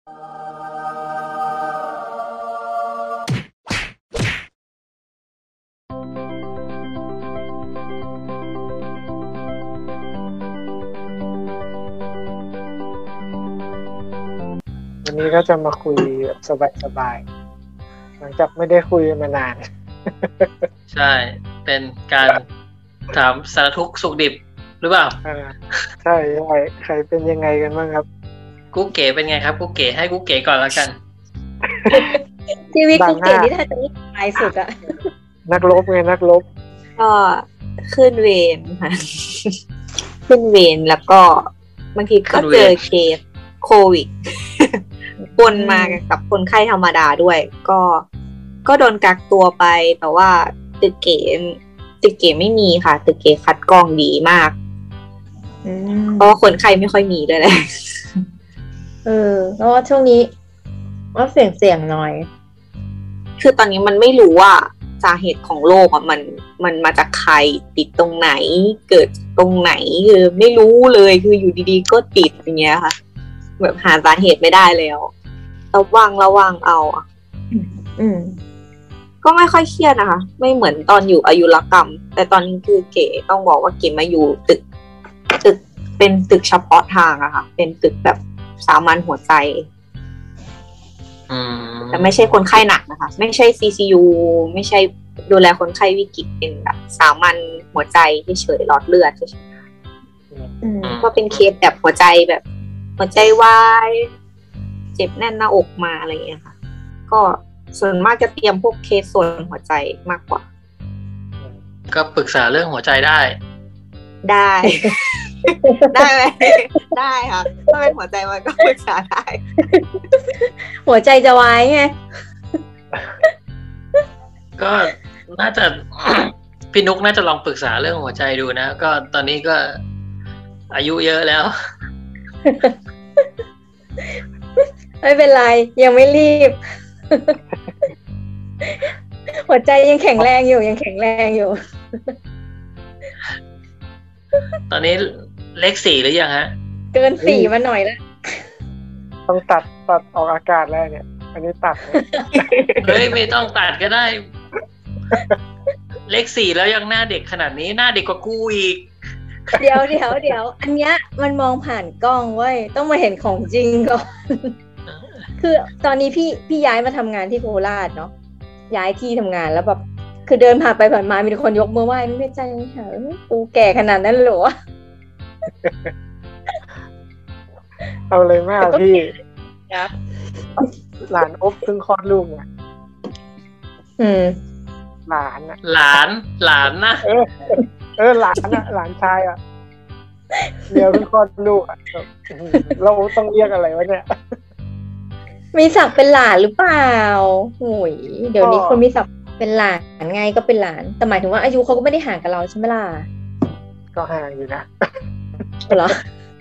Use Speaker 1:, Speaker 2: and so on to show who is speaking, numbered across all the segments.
Speaker 1: วันนี้ก็จะมาคุยแบบสบายๆหลังจากไม่ได้คุยมานาน
Speaker 2: ใช่เป็นการถามสารทุกข์สุขดิบหรือเปล่า
Speaker 1: ใช่ใครเป็นยังไงกันบ้างครับ
Speaker 2: กุ๊กเก๋เป็นไงครับกุ๊กเก๋ให้กุ๊กเก๋ก่อนแล้วกัน
Speaker 3: ชีวิตกุ๊กเก๋ที่ถ้าจะไม่สบายสุดอะ
Speaker 1: นักรบไงนักรบ
Speaker 3: ก็ขึ้นเวรค่ะขึ้นเวรแล้วก็บางทีก็เจอเคสโควิดปนมากับคนไข้ธรรมดาด้วยก็โดนกักตัวไปแต่ว่าตึกเก๋ไม่มีค่ะตึกเก๋คัดกรองดีมากเพราะว่าคนไข้ไม่ค่อยมีด้วยแหละ
Speaker 4: เพราะว่าช่วงนี้ว่าเสี่ยงหน่อย
Speaker 3: คือตอนนี้มันไม่รู้ว่าสาเหตุของโรคอ่ะมันมาจากใครติดตรงไหนเกิดตรงไหนคือไม่รู้เลยคืออยู่ดีๆก็ติดอย่างเงี้ยค่ะแบบหาสาเหตุไม่ได้แล้วระวังเอาก็ไม่ค่อยเครียดนะคะไม่เหมือนตอนอยู่อายุรกรรมแต่ตอนนี้คือเก๋ต้องบอกว่าเก๋มาอยู่ตึกเป็นตึกเฉพาะทางอะค่ะเป็นตึกแบบสามัญหัวใจแต่ไม่ใช่คนไข้หนักนะคะไม่ใช่ CCU ไม่ใช่ดูแลคนไข้วิกฤตเป็นแบบสามัญหัวใจเฉยๆหลอดเลือดเฉยๆก็เป็นเคสแบบหัวใจแบบหัวใจวายเจ็บแน่นหน้าอกมาอะไรอย่างเงี้ยค่ะก็ส่วนมากจะเตรียมพวกเคสส่วนหัวใจมากกว่า
Speaker 2: ก็ปรึกษาเรื่องหัวใจได้
Speaker 3: ได้ไหมได้ค่ะถ้าเป็นหัวใจมันก็ปรึกษาได้
Speaker 4: หัวใจจะวายไง
Speaker 2: ก็น่าจะพี่นุ๊กน่าจะลองปรึกษาเรื่องหัวใจดูนะก็ตอนนี้ก็อายุเยอะแล้ว
Speaker 4: ไม่เป็นไรยังไม่รีบหัวใจยังแข็งแรงอยู่
Speaker 2: ตอนนี้เลข4หรือยังฮะ
Speaker 4: เกิน4มาหน่อยแล้ว
Speaker 1: ต้องตัดออกอากาศแล้วเนี่ยอันนี้ตัด
Speaker 2: เฮ้ยไม่ต้องตัดก็ได้เลข4แล้วยังหน้าเด็กขนาดนี้หน้าเด็กกว่ากูอีก
Speaker 4: เดี๋ยวอันเนี้ยมันมองผ่านกล้องเว้ยต้องมาเห็นของจริงก่อนคือตอนนี้พี่ย้ายมาทำงานที่โคราชเนาะย้ายที่ทำงานแล้วแบบคือเดินผ่านไปผ่านมามีคนยกมือไหว้ไม่ใจเฉยกูแก่ขนาดนั้นหรอ
Speaker 1: เอาเลยมากพี่หลานอบเพิ่งคลอดลูกเนี่ยหลานนะ
Speaker 2: หลานนะ
Speaker 1: หลานนะหลานชายอ่ะเดี๋ยวเพิ่งคลอดลูกอ่ะเราต้องเรียกอะไรวะเนี่ย
Speaker 4: มีศักดิ์เป็นหลานหรือเปล่าโอ้ยเดี๋ยวนี้คนมีศักดิ์เป็นหลานไงก็เป็นหลานแต่หมายถึงว่าอายุเขาก็ไม่ได้ห่างกับเราใช่ไหมล่ะ
Speaker 1: ก็ห่างอยู่นะ
Speaker 4: เหรอ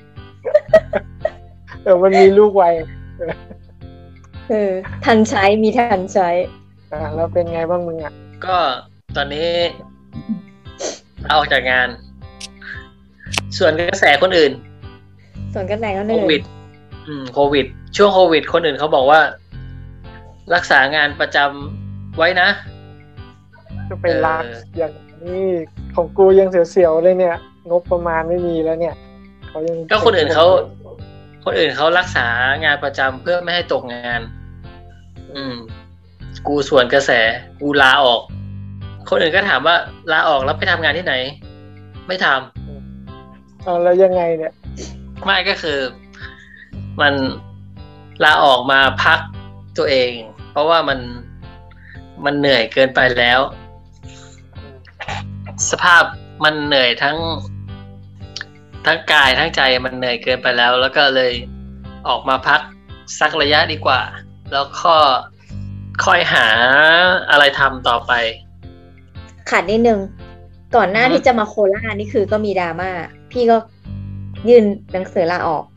Speaker 1: มันมีลูกไว
Speaker 4: ทันใช้มีทันใช้
Speaker 1: แล้วเป็นไงบ้างมึงอ่ะ
Speaker 2: ก็ตอนนี้เอาจากงานส่วนกระแสคนอื่น
Speaker 4: โค
Speaker 2: วิดช่วงโควิดคนอื่นเขาบอกว่ารักษางานประจำไว้นะ
Speaker 1: ก็เป็นรักอย่างนี้ของกูยังเสียวๆเลยเนี่ยงบประมาณไม่มีแล้วเนี่ยเขายัง
Speaker 2: ก็คนอื่นเขารักษางานประจำเพื่อไม่ให้ตกงานกูส่วนกระแสกูลาออกคนอื่นก็ถามว่าลาออกแล้วไปทำงานที่ไหนไม่ท
Speaker 1: ำแล้วยังไงเนี่ย
Speaker 2: ไม่ก็คือมันลาออกมาพักตัวเองเพราะว่ามันเหนื่อยเกินไปแล้วสภาพมันเหนื่อยทั้งกายทั้งใจมันเหนื่อยเกินไปแล้วก็เลยออกมาพักสักระยะดีกว่าแล้วก็ค่อยหาอะไรทำต่อไป
Speaker 4: ขาดนิดนึงก่อนหน้าที่จะมาโคราชนี่คือก็มีดราม่าพี่ก็ยื่นหนังสือลาออก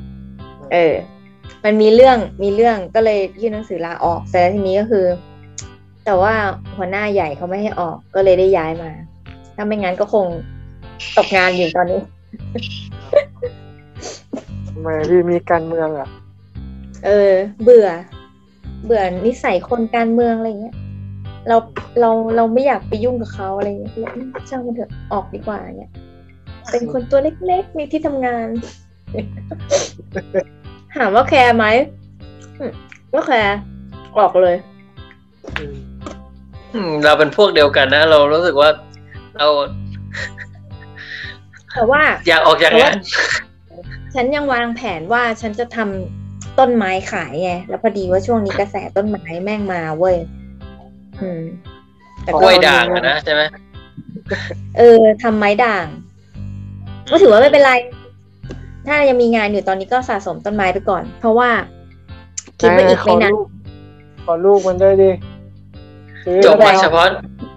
Speaker 4: มันมีเรื่องก็เลยยื่นหนังสือลาออกแต่ทีนี้ก็คือแต่ว่าหัวหน้าใหญ่เขาไม่ให้ออกก็เลยได้ย้ายมาถ้าไม่งั้นก็คงตกงานอยู่ตอนนี้
Speaker 1: ทำไมพี่มีการเมืองอ่ะ
Speaker 4: เบื่อนิสัยคนการเมืองอะไรเงี้ยเราไม่อยากไปยุ่งกับเขาอะไรเงี้ยช่างมันเถอะออกดีกว่าเนี่ยเป็นคนตัวเล็กๆมีที่ทำงาน ถามว่าแคร์ไหมก็แคร์ออกเลย
Speaker 2: เราเป็นพวกเดียวกันนะเรารู้สึกว่าเรา
Speaker 4: แต่ว่า
Speaker 2: อยากออกจากงาน
Speaker 4: ฉันยังวางแผนว่าฉันจะทำต้นไม้ขายไงแล้วพอดีว่าช่วงนี้กระแสต้นไม้แม่งมาเว้ย
Speaker 2: แต่กล้วยด่างนะใช่ไหม
Speaker 4: ทำไม้ด่างก็ถือว่าไม่เป็นไรถ้ายังมีงานอยู่ตอนนี้ก็สะสมต้นไม้ไปก่อนเพราะว่าคิดว่าอีกไม่นาน
Speaker 1: ขอลูกมันได้ดิ
Speaker 2: จบมาเฉพาะ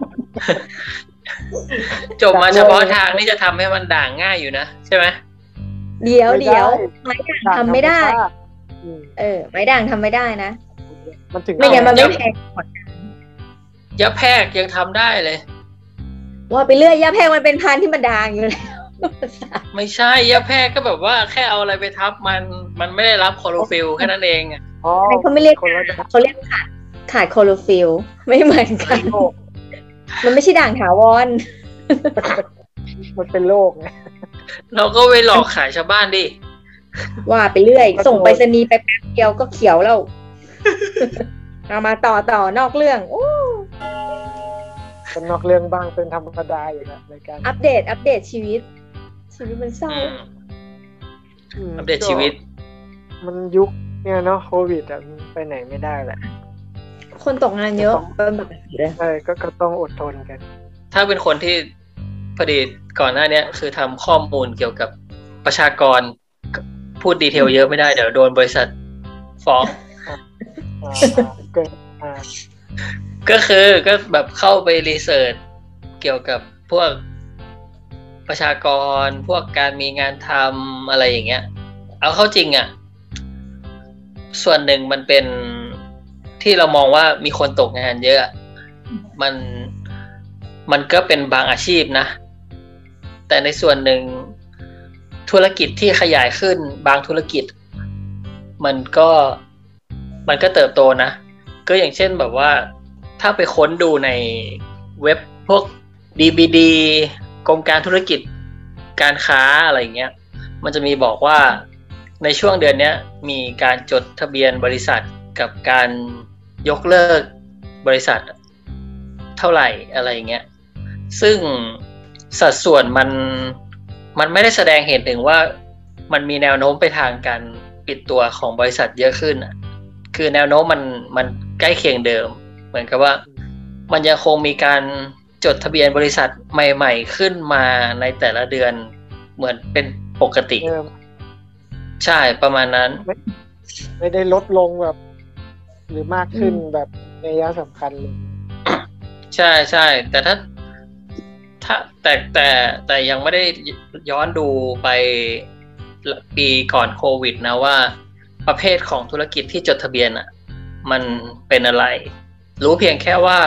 Speaker 2: จบมาเฉพาะทางนี่จะทำให้มันด่างง่ายอยู่นะใช่ไหม
Speaker 4: เดี๋ยวไม้ด่างทำไม่ได้ไม้ด่างทำไม่ได้นะ
Speaker 1: มันถึง
Speaker 4: ไม่งั้นมันไม่แพง
Speaker 2: ยาแพรกยังทำได้เลย
Speaker 4: ว่าไปเรื่อยยาแพรกมันเป็นพันธุ์ที่มันด่างอยู่แล้ว
Speaker 2: ไม่ใช่ยาแพรกก็แบบว่าแค่เอาอะไรไปทับมันไม่ได้รับคลอโรฟิลล์แค่นั้นเอง
Speaker 4: เขาไม่เรียกเขาเรียกขาดคลอโรฟิลล์ไม่เหมือนกันมันไม่ใช่ด่างถาวร
Speaker 1: มันเป็นโรคไง
Speaker 2: เราก็ไปหลอกขายชาวบ้านดิ
Speaker 4: ว่าไปเรื่อยส่งไปรษณีย์ไปแป๊บเดียวก็เขียวแล้วเอามาต่อนอกเรื่อง
Speaker 1: เป็นนอกเรื่องบ้างเป็นธรรมดาอยู่แล้วในการ
Speaker 4: อัปเดตชีวิตมันเศร้า
Speaker 2: อัปเดตชีวิต
Speaker 1: มันยุคเนี่ยเนาะโควิดไปไหนไม่ได้แหละ
Speaker 4: คนตกงานเยอะเป็นแบบ
Speaker 1: ใช่ก็ต้องอดทนกัน
Speaker 2: ถ้าเป็นคนที่พอดีก่อนหน้านี้คือทำข้อมูลเกี่ยวกับประชากรพูดดีเทลเยอะไม่ได้เดี๋ยวโดนบริษัทฟ้องก็แบบเข้าไปรีเสิร์ชเกี่ยวกับพวกประชากรพวกการมีงานทำอะไรอย่างเงี้ยเอาเข้าจริงอ่ะส่วนหนึ่งมันเป็นที่เรามองว่ามีคนตกงานเยอะมันก็เป็นบางอาชีพนะแต่ในส่วนหนึ่งธุรกิจที่ขยายขึ้นบางธุรกิจมันก็เติบโตนะก็อย่างเช่นแบบว่าถ้าไปค้นดูในเว็บพวก DBD กรมการธุรกิจการค้าอะไรเงี้ยมันจะมีบอกว่าในช่วงเดือนนี้มีการจดทะเบียนบริษัทกับการยกเลิกบริษัทเท่าไหร่อะไรเงี้ยซึ่งสัดส่วนมันไม่ได้แสดงเห็นถึงว่ามันมีแนวโน้มไปทางการปิดตัวของบริษัทเยอะขึ้นคือแนวโน้มมันใกล้เคียงเดิมเหมือนกับว่ามันยังคงมีการจดทะเบียนบริษัทใหม่ๆขึ้นมาในแต่ละเดือนเหมือนเป็นปกติใช่ประมาณนั้น
Speaker 1: ไม่ได้ลดลงแบบหรือมากขึ้นแบบในระยะสำคัญเลย
Speaker 2: ใช่แต่ถ้าแต่ยังไม่ได้ย้อนดูไปปีก่อนโควิดนะว่าประเภทของธุรกิจที่จดทะเบียนมันเป็นอะไรรู้เพียงแค่ว่า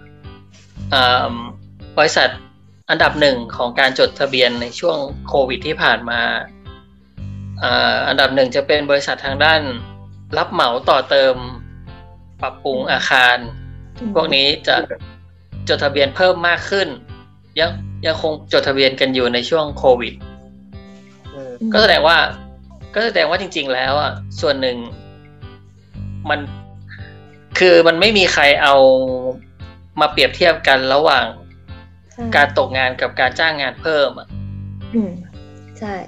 Speaker 2: บริษัทอันดับหนึ่งของการจดทะเบียนในช่วงโควิดที่ผ่านมาอันดับหนึ่งจะเป็นบริษัททางด้านรับเหมาต่อเติมปรับปรุงอาคารพวกนี้จะจดทะเบียนเพิ่มมากขึ้นยังคงจดทะเบียนกันอยู่ในช่วงโควิดก็แสดงว่าจริงๆแล้วส่วนหนึ่งมันไม่มีใครเอามาเปรียบเทียบกันระหว่างการตกงานกับการจ้างงานเพิ่ม
Speaker 4: ใช่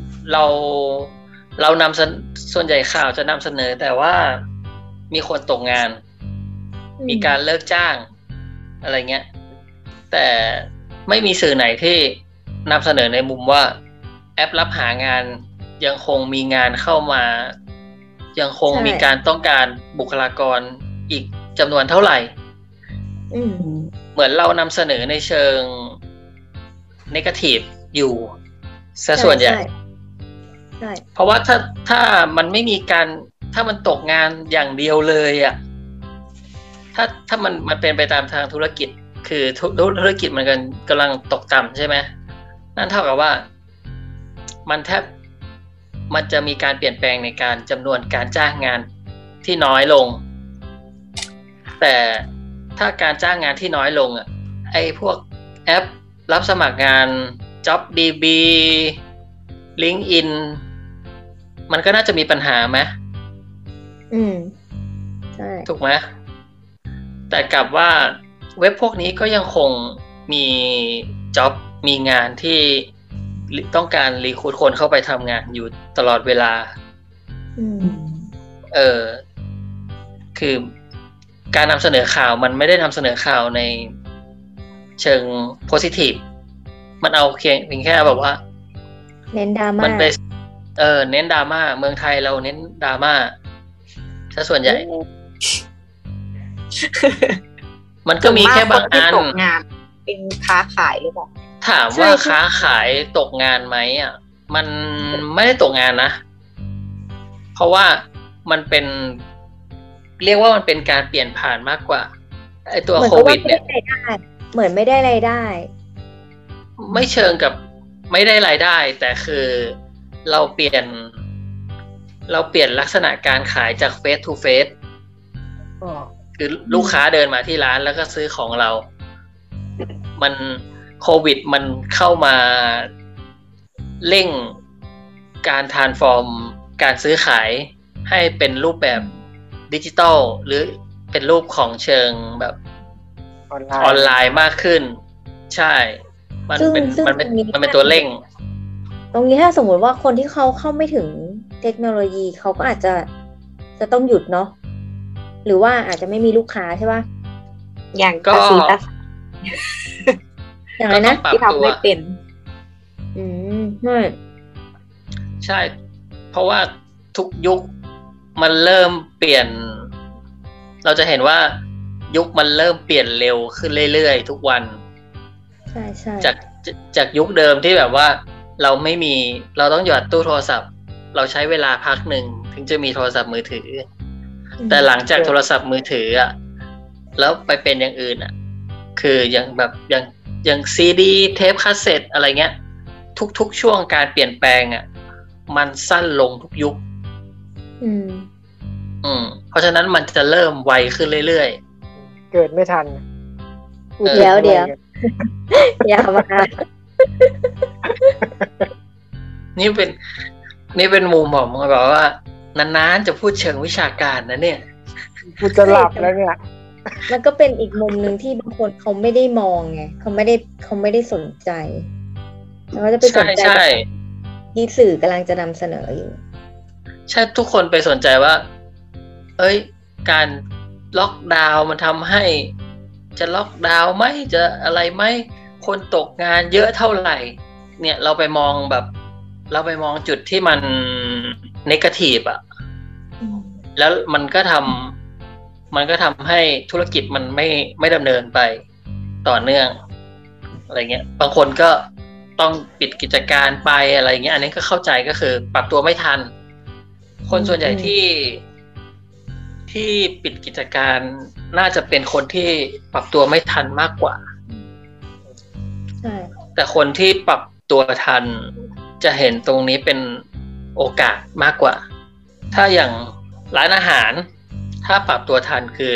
Speaker 2: เรานำส่วนใหญ่ข่าวจะนำเสนอแต่ว่ามีคนตกงานมีการเลิกจ้างอะไรเงี้ยแต่ไม่มีสื่อไหนที่นำเสนอในมุมว่าแอปรับหางานยังคงมีงานเข้ามายังคงมีการต้องการบุคลากรอีกจำนวนเท่าไหร่เหมือนเรานำเสนอในเชิงเนกาทีฟอยู่ซะส่วนใหญ่เพราะว่าถ้ามันไม่มีการถ้ามันตกงานอย่างเดียวเลยถ้ามันเป็นไปตามทางธุรกิจคือธุรกิจมันกำลังตกต่ำใช่ไหมนั่นเท่ากับว่ามันแทบมันจะมีการเปลี่ยนแปลงในการจำนวนการจ้างงานที่น้อยลงแต่ถ้าการจ้างงานที่น้อยลงอ่ะไอ้พวกแอปรับสมัครงาน JobDB LinkedIn มันก็น่าจะมีปัญหาไหม
Speaker 4: ใช่
Speaker 2: ถูกไหมแต่กลับว่าเว็บพวกนี้ก็ยังคงมีจ็อบมีงานที่ต้องการรีครูทคนเข้าไปทำงานอยู่ตลอดเวลาคือการนำเสนอข่าวมันไม่ได้นำเสนอข่าวในเชิงโพสิทีฟมันเอาเพียงแค่แบบว่า
Speaker 4: เน้นดราม่า
Speaker 2: มันไปเน้นดราม่าเมืองไทยเราเน้นดราม่าซะส่วนใหญ่ มันก็มีแค่บางอัน
Speaker 3: ตกงานเป็นค้าขายหรือเปล่า
Speaker 2: ถามว่าค้าขายตกงานไหมอ่ะมันไม่ได้ตกงานนะเพราะว่ามันเป็นเรียกว่ามันเป็นการเปลี่ยนผ่านมากกว่าไอ้ตัวโควิดเนี่ย
Speaker 4: เหมือนไม่ได้รายได้
Speaker 2: ไม่เชิงกับไม่ได้รายได้แต่คือเราเปลี่ยนลักษณะการขายจากเฟสทูเฟสคือลูกค้าเดินมาที่ร้านแล้วก็ซื้อของเรามันโควิดมันเข้ามาเร่งการทรานส์ฟอร์มการซื้อขายให้เป็นรูปแบบดิจิตอลหรือเป็นรูปของเชิงแบบออนไลน์มากขึ้นใช่มันเป็นตัวเร่ง
Speaker 4: ตรงนี้ถ้าสมมติว่าคนที่เขาเข้าไม่ถึงเทคโนโลยีเขาก็อาจจะต้องหยุดเนาะหรือว่าอาจจะไม่มีลูกค้าใช่ป่ะ
Speaker 3: อย่างก็
Speaker 4: อย่างไรนะ
Speaker 3: ที่ทำไม่เป็น
Speaker 2: ใช่เพราะว่าทุกยุคมันเริ่มเปลี่ยนเราจะเห็นว่ายุคมันเริ่มเปลี่ยนเร็วขึ้นเรื่อยๆทุกวัน
Speaker 4: ใช่ใช่
Speaker 2: จากยุคเดิมที่แบบว่าเราไม่มีเราต้องหยอดตู้โทรศัพท์เราใช้เวลาพักหนึ่งถึงจะมีโทรศัพท์มือถือแต่หลังจากโทรศัพท์มือถืออ่ะแล้วไปเป็นอย่างอื่นอ่ะคืออย่างซีดีเทปคาสเซ็ตอะไรเงี้ยทุกช่วงการเปลี่ยนแปลงอ่ะมันสั้นลงทุกยุคเพราะฉะนั้นมันจะเริ่มไวขึ้นเรื่อย
Speaker 1: ๆเกิดไม่ทัน
Speaker 4: เดี๋ยวอย่ามา
Speaker 2: นี่เป็นมุมผมแบบว่านานๆจะพูดเชิงวิชาการนะเนี่ย
Speaker 1: พูดจะหลับแล้วเนี่ย
Speaker 4: มันก็เป็นอีกมุมนึงที่บางคนเขาไม่ได้มองไงเขาไม่ได้สนใจเขาจะไปสนใจที่สื่อกำลังจะนำเสนออยู่
Speaker 2: ใช่ทุกคนไปสนใจว่าการล็อกดาวน์มันทำให้จะล็อกดาวน์ไหมจะอะไรไหมคนตกงานเยอะเท่าไหร่เนี่ยเราไปมองจุดที่มันเนกาทีฟอ่ะแล้วมันก็ทำให้ธุรกิจมันไม่ดำเนินไปต่อเนื่องอะไรเงี้ยบางคนก็ต้องปิดกิจการไปอะไรเงี้ยอันนี้ก็เข้าใจก็คือปรับตัวไม่ทันคนส่วนใหญ่ที่ปิดกิจการน่าจะเป็นคนที่ปรับตัวไม่ทันมากกว่า
Speaker 4: ใช่
Speaker 2: แต่คนที่ปรับตัวทันจะเห็นตรงนี้เป็นโอกาสมากกว่าถ้าอย่างร้านอาหารถ้าปรับตัวทันคือ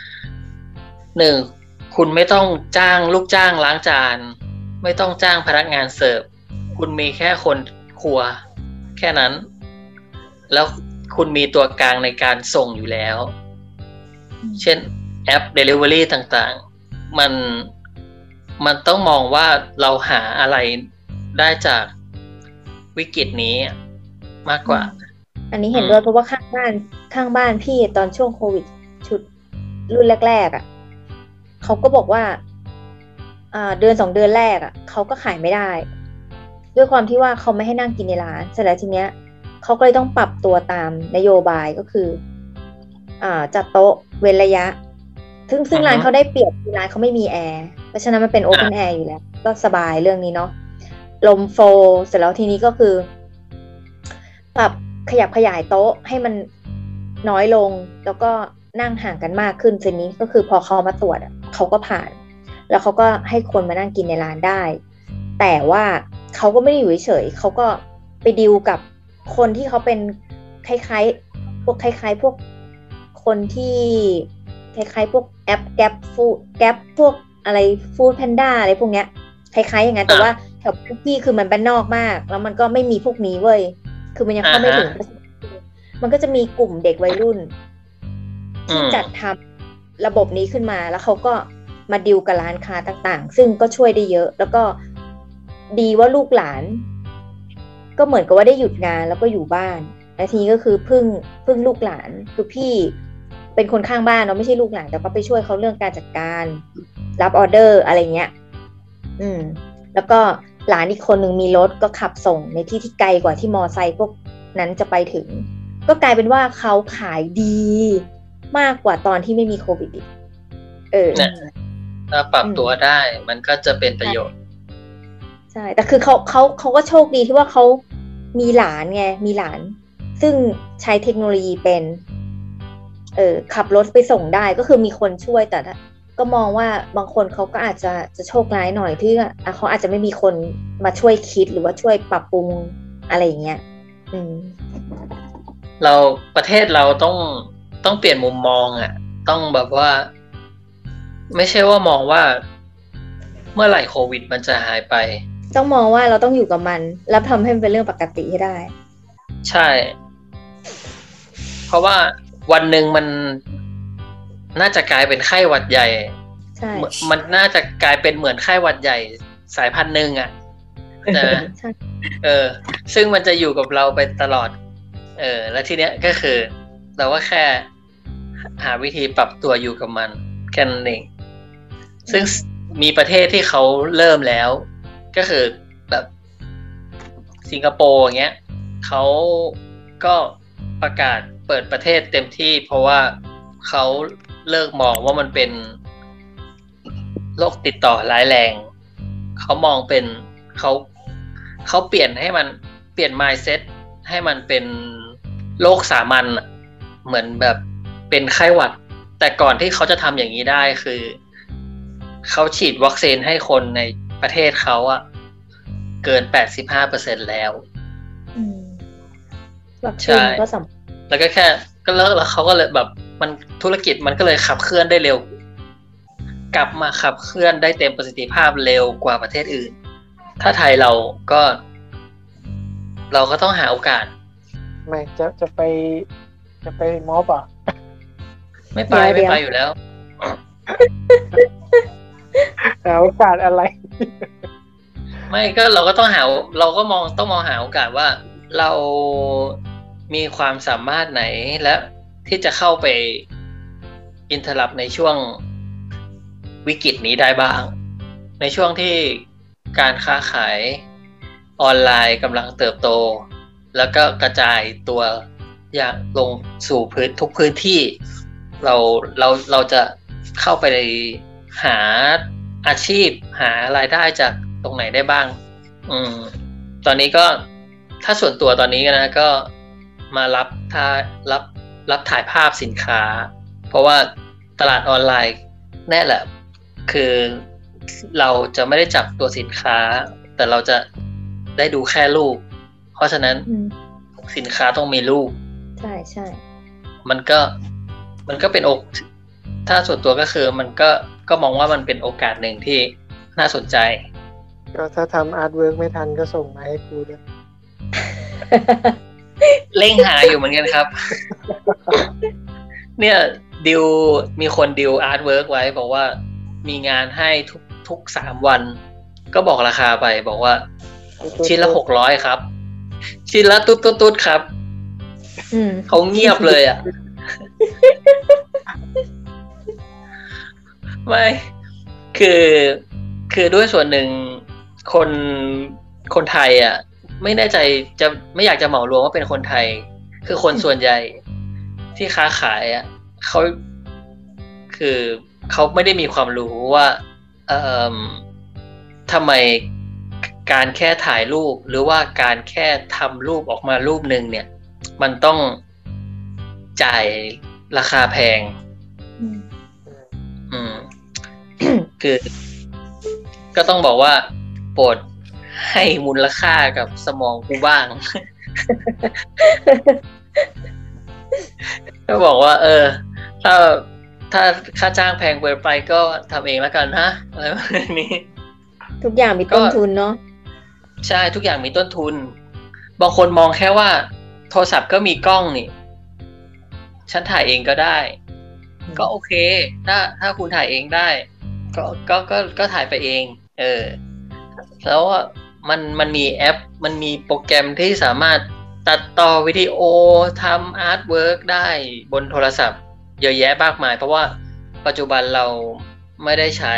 Speaker 2: 1คุณไม่ต้องจ้างลูกจ้างล้างจานไม่ต้องจ้างพนักงานเสิร์ฟคุณมีแค่คนครัวแค่นั้นแล้วคุณมีตัวกลางในการส่งอยู่แล้วเช่นแอป Delivery ต่างๆมันต้องมองว่าเราหาอะไรได้จากวิกฤตนี้มากกว่า
Speaker 4: อันนี้เห็นด้วยเพราะว่าข้างบ้านพี่ตอนช่วงโควิดชุดรุ่นแรกๆอ่ะเขาก็บอกว่าเดือน2 เดือนแรกอ่ะเขาก็ขายไม่ได้ด้วยความที่ว่าเขาไม่ให้นั่งกินในร้านเสร็จแล้วทีเนี้ยเขาก็เลยต้องปรับตัวตามนโยบายก็คือจัดโต๊ะเว้นระยะซึ่งร้านเขาได้เปรียบคือร้านเขาไม่มีแอร์เพราะฉะนั้นมันเป็นโอเพนแอร์อยู่แล้วก็สบายเรื่องนี้เนาะลมโฟเสร็จแล้วทีนี้ก็คือปรับขยับขยายโต๊ะให้มันน้อยลงแล้วก็นั่งห่างกันมากขึ้นทีนี้ก็คือพอเขามาตรวจเขาก็ผ่านแล้วเขาก็ให้คนมานั่งกินในร้านได้แต่ว่าเขาก็ไม่ได้อยู่เฉยเขาก็ไปดีลกับคนที่เขาเป็นคล้ายๆพวกคนที่คล้ายๆพวกแอปแก๊ปพวกอะไรฟู้ดแพนด้าอะไรพวกเนี้ยคล้ายๆอย่างนั้นแต่ว่าแถวพี่คือมันบ้านนอกมากแล้วมันก็ไม่มีพวกนี้เว้ยคือมันยังเข้าไม่ถึงมันก็จะมีกลุ่มเด็กวัยรุ่นที่จัดทำระบบนี้ขึ้นมาแล้วเขาก็มาดีลกับร้านค้าต่างๆซึ่งก็ช่วยได้เยอะแล้วก็ดีว่าลูกหลานก็เหมือนกับว่าได้หยุดงานแล้วก็อยู่บ้านและทีนี้ก็คือพึ่งลูกหลานคือพี่เป็นคนข้างบ้านเนาะไม่ใช่ลูกหลานแต่ก็ไปช่วยเขาเรื่องการจัดการรับออเดอร์อะไรเงี้ยแล้วก็หลานอีกคนนึงมีรถก็ขับส่งในที่ที่ไกลกว่าที่มอไซค์พวกนั้นจะไปถึงก็กลายเป็นว่าเขาขายดีมากกว่าตอนที่ไม่มีโควิดอีก
Speaker 2: ถ้าปรับตัวได้มันก็จะเป็นประโยชน์
Speaker 4: ใช่แต่คือเขาก็โชคดีที่ว่าเขามีหลานไงมีหลานซึ่งใช้เทคโนโลยีเป็นขับรถไปส่งได้ก็คือมีคนช่วยแต่ก็มองว่าบางคนเขาก็อาจจะโชคร้ายหน่อยที่เขาอาจจะไม่มีคนมาช่วยคิดหรือว่าช่วยปรับปรุงอะไรอย่างเงี้ย
Speaker 2: เราประเทศเราต้องเปลี่ยนมุมมองอ่ะต้องแบบว่าไม่ใช่ว่ามองว่าเมื่อไหร่โควิดมันจะหายไป
Speaker 4: ต้องมองว่าเราต้องอยู่กับมันแล้วทำให้มันเป็นเรื่องปกติให้ได้
Speaker 2: ใช่เพราะว่าวันหนึ่งมันน่าจะกลายเป็นไข้หวัดใหญ่
Speaker 4: ใช่
Speaker 2: มันน่าจะกลายเป็นเหมือนไข้หวัดใหญ่สายพันธุ์นึงอ่ะนะซึ่งมันจะอยู่กับเราไปตลอดแล้วทีเนี้ยก็คือเราก็แค่หาวิธีปรับตัวอยู่กับมันแค่นั้นเองซึ่งมีประเทศที่เขาเริ่มแล้วก็คือแบบสิงคโปร์อย่างเงี้ยเขาก็ประกาศเปิดประเทศเต็มที่เพราะว่าเขาเลิกมองว่ามันเป็นโรคติดต่อร้ายแรงเขามองเป็นเขาเปลี่ยนให้มันเปลี่ยน mindset ให้มันเป็นโรคสามัญเหมือนแบบเป็นไข้หวัดแต่ก่อนที่เขาจะทำอย่างนี้ได้คือเขาฉีดวัคซีนให้คนในประเทศเขาอะเกิน 85% แล้ว
Speaker 4: ใช่
Speaker 2: แล้วก็แค่ก็แล้วเขาก็เลยแบบมันธุรกิจมันก็เลยขับเคลื่อนได้เร็วกลับมาขับเคลื่อนได้เต็มประสิทธิภาพเร็วกว่าประเทศอื่นถ้าไทยเราก็ต้องหาโอกาส
Speaker 1: ไม่จะไปม็อบอ่ะ
Speaker 2: ไม่ไปอยู่แล้ว
Speaker 1: หาโอกาสอะไร
Speaker 2: ไม่ก็เราก็ต้องต้องมองหาโอกาสว่าเรามีความสามารถไหนและที่จะเข้าไปอินเทอร์รับในช่วงวิกฤตนี้ได้บ้างในช่วงที่การค้าขายออนไลน์กำลังเติบโตแล้วก็กระจายตัวอย่างลงสู่ทุกพื้นที่เราจะเข้าไปหาอาชีพหารายได้จากตรงไหนได้บ้างตอนนี้ก็ถ้าส่วนตัวตอนนี้นะก็มารับถ่ายภาพสินค้าเพราะว่าตลาดออนไลน์แน่แหละคือเราจะไม่ได้จับตัวสินค้าแต่เราจะได้ดูแค่รูปเพราะฉะนั้นสินค้าต้องมีรูป
Speaker 4: ใช่
Speaker 2: มันก็เป็นถ้าส่วนตัวก็คือมันก็มองว่ามันเป็นโอกาสหนึ่งที่น่าสนใจ
Speaker 1: ก็ถ้าทำอาร์ตเวิร์กไม่ทันก็ส่งมาให้กูด้วย
Speaker 2: เร่งหาอยู่เหมือนกันครับเนี่ยมีคนดิวอาร์ตเวิร์กไว้บอกว่ามีงานให้ทุก3 วันก็บอกราคาไปบอกว่าชิ้นละ600ครับชิ้นละตุ๊ดครับเขาเงียบเลยอ่ะไม่คือด้วยส่วนหนึ่งคนไทยอ่ะไม่แน่ใจจะไม่อยากจะเหมารวมว่าเป็นคนไทยคือคนส่วนใหญ่ที่ค้าขายอ่ะเขาไม่ได้มีความรู้ว่าทำไมการแค่ถ่ายรูปหรือว่าการแค่ทำรูปออกมารูปนึงเนี่ยมันต้องจ่ายราคาแพงคือก็ต้องบอกว่าโปรดให้มูลค่ากับสมองกูบ้างก็บอกว่าถ้าค่าจ้างแพงเกินไปก็ทำเองแล้วกันนะอะไรแบบนี้
Speaker 4: ทุกอย่างมีต้นทุนเนาะ
Speaker 2: ใช่ทุกอย่างมีต้นทุนบางคนมองแค่ว่าโทรศัพท์ก็มีกล้องนี่ฉันถ่ายเองก็ได้ก็โอเคถ้าคุณถ่ายเองได้ก็ถ่ายไปเองแล้วมันมีแอปมันมีโปรแกรมที่สามารถตัดต่อวิดีโอทำอาร์ตเวิร์กได้บนโทรศัพท์เยอะแยะมากมายเพราะว่าปัจจุบันเราไม่ได้ใช้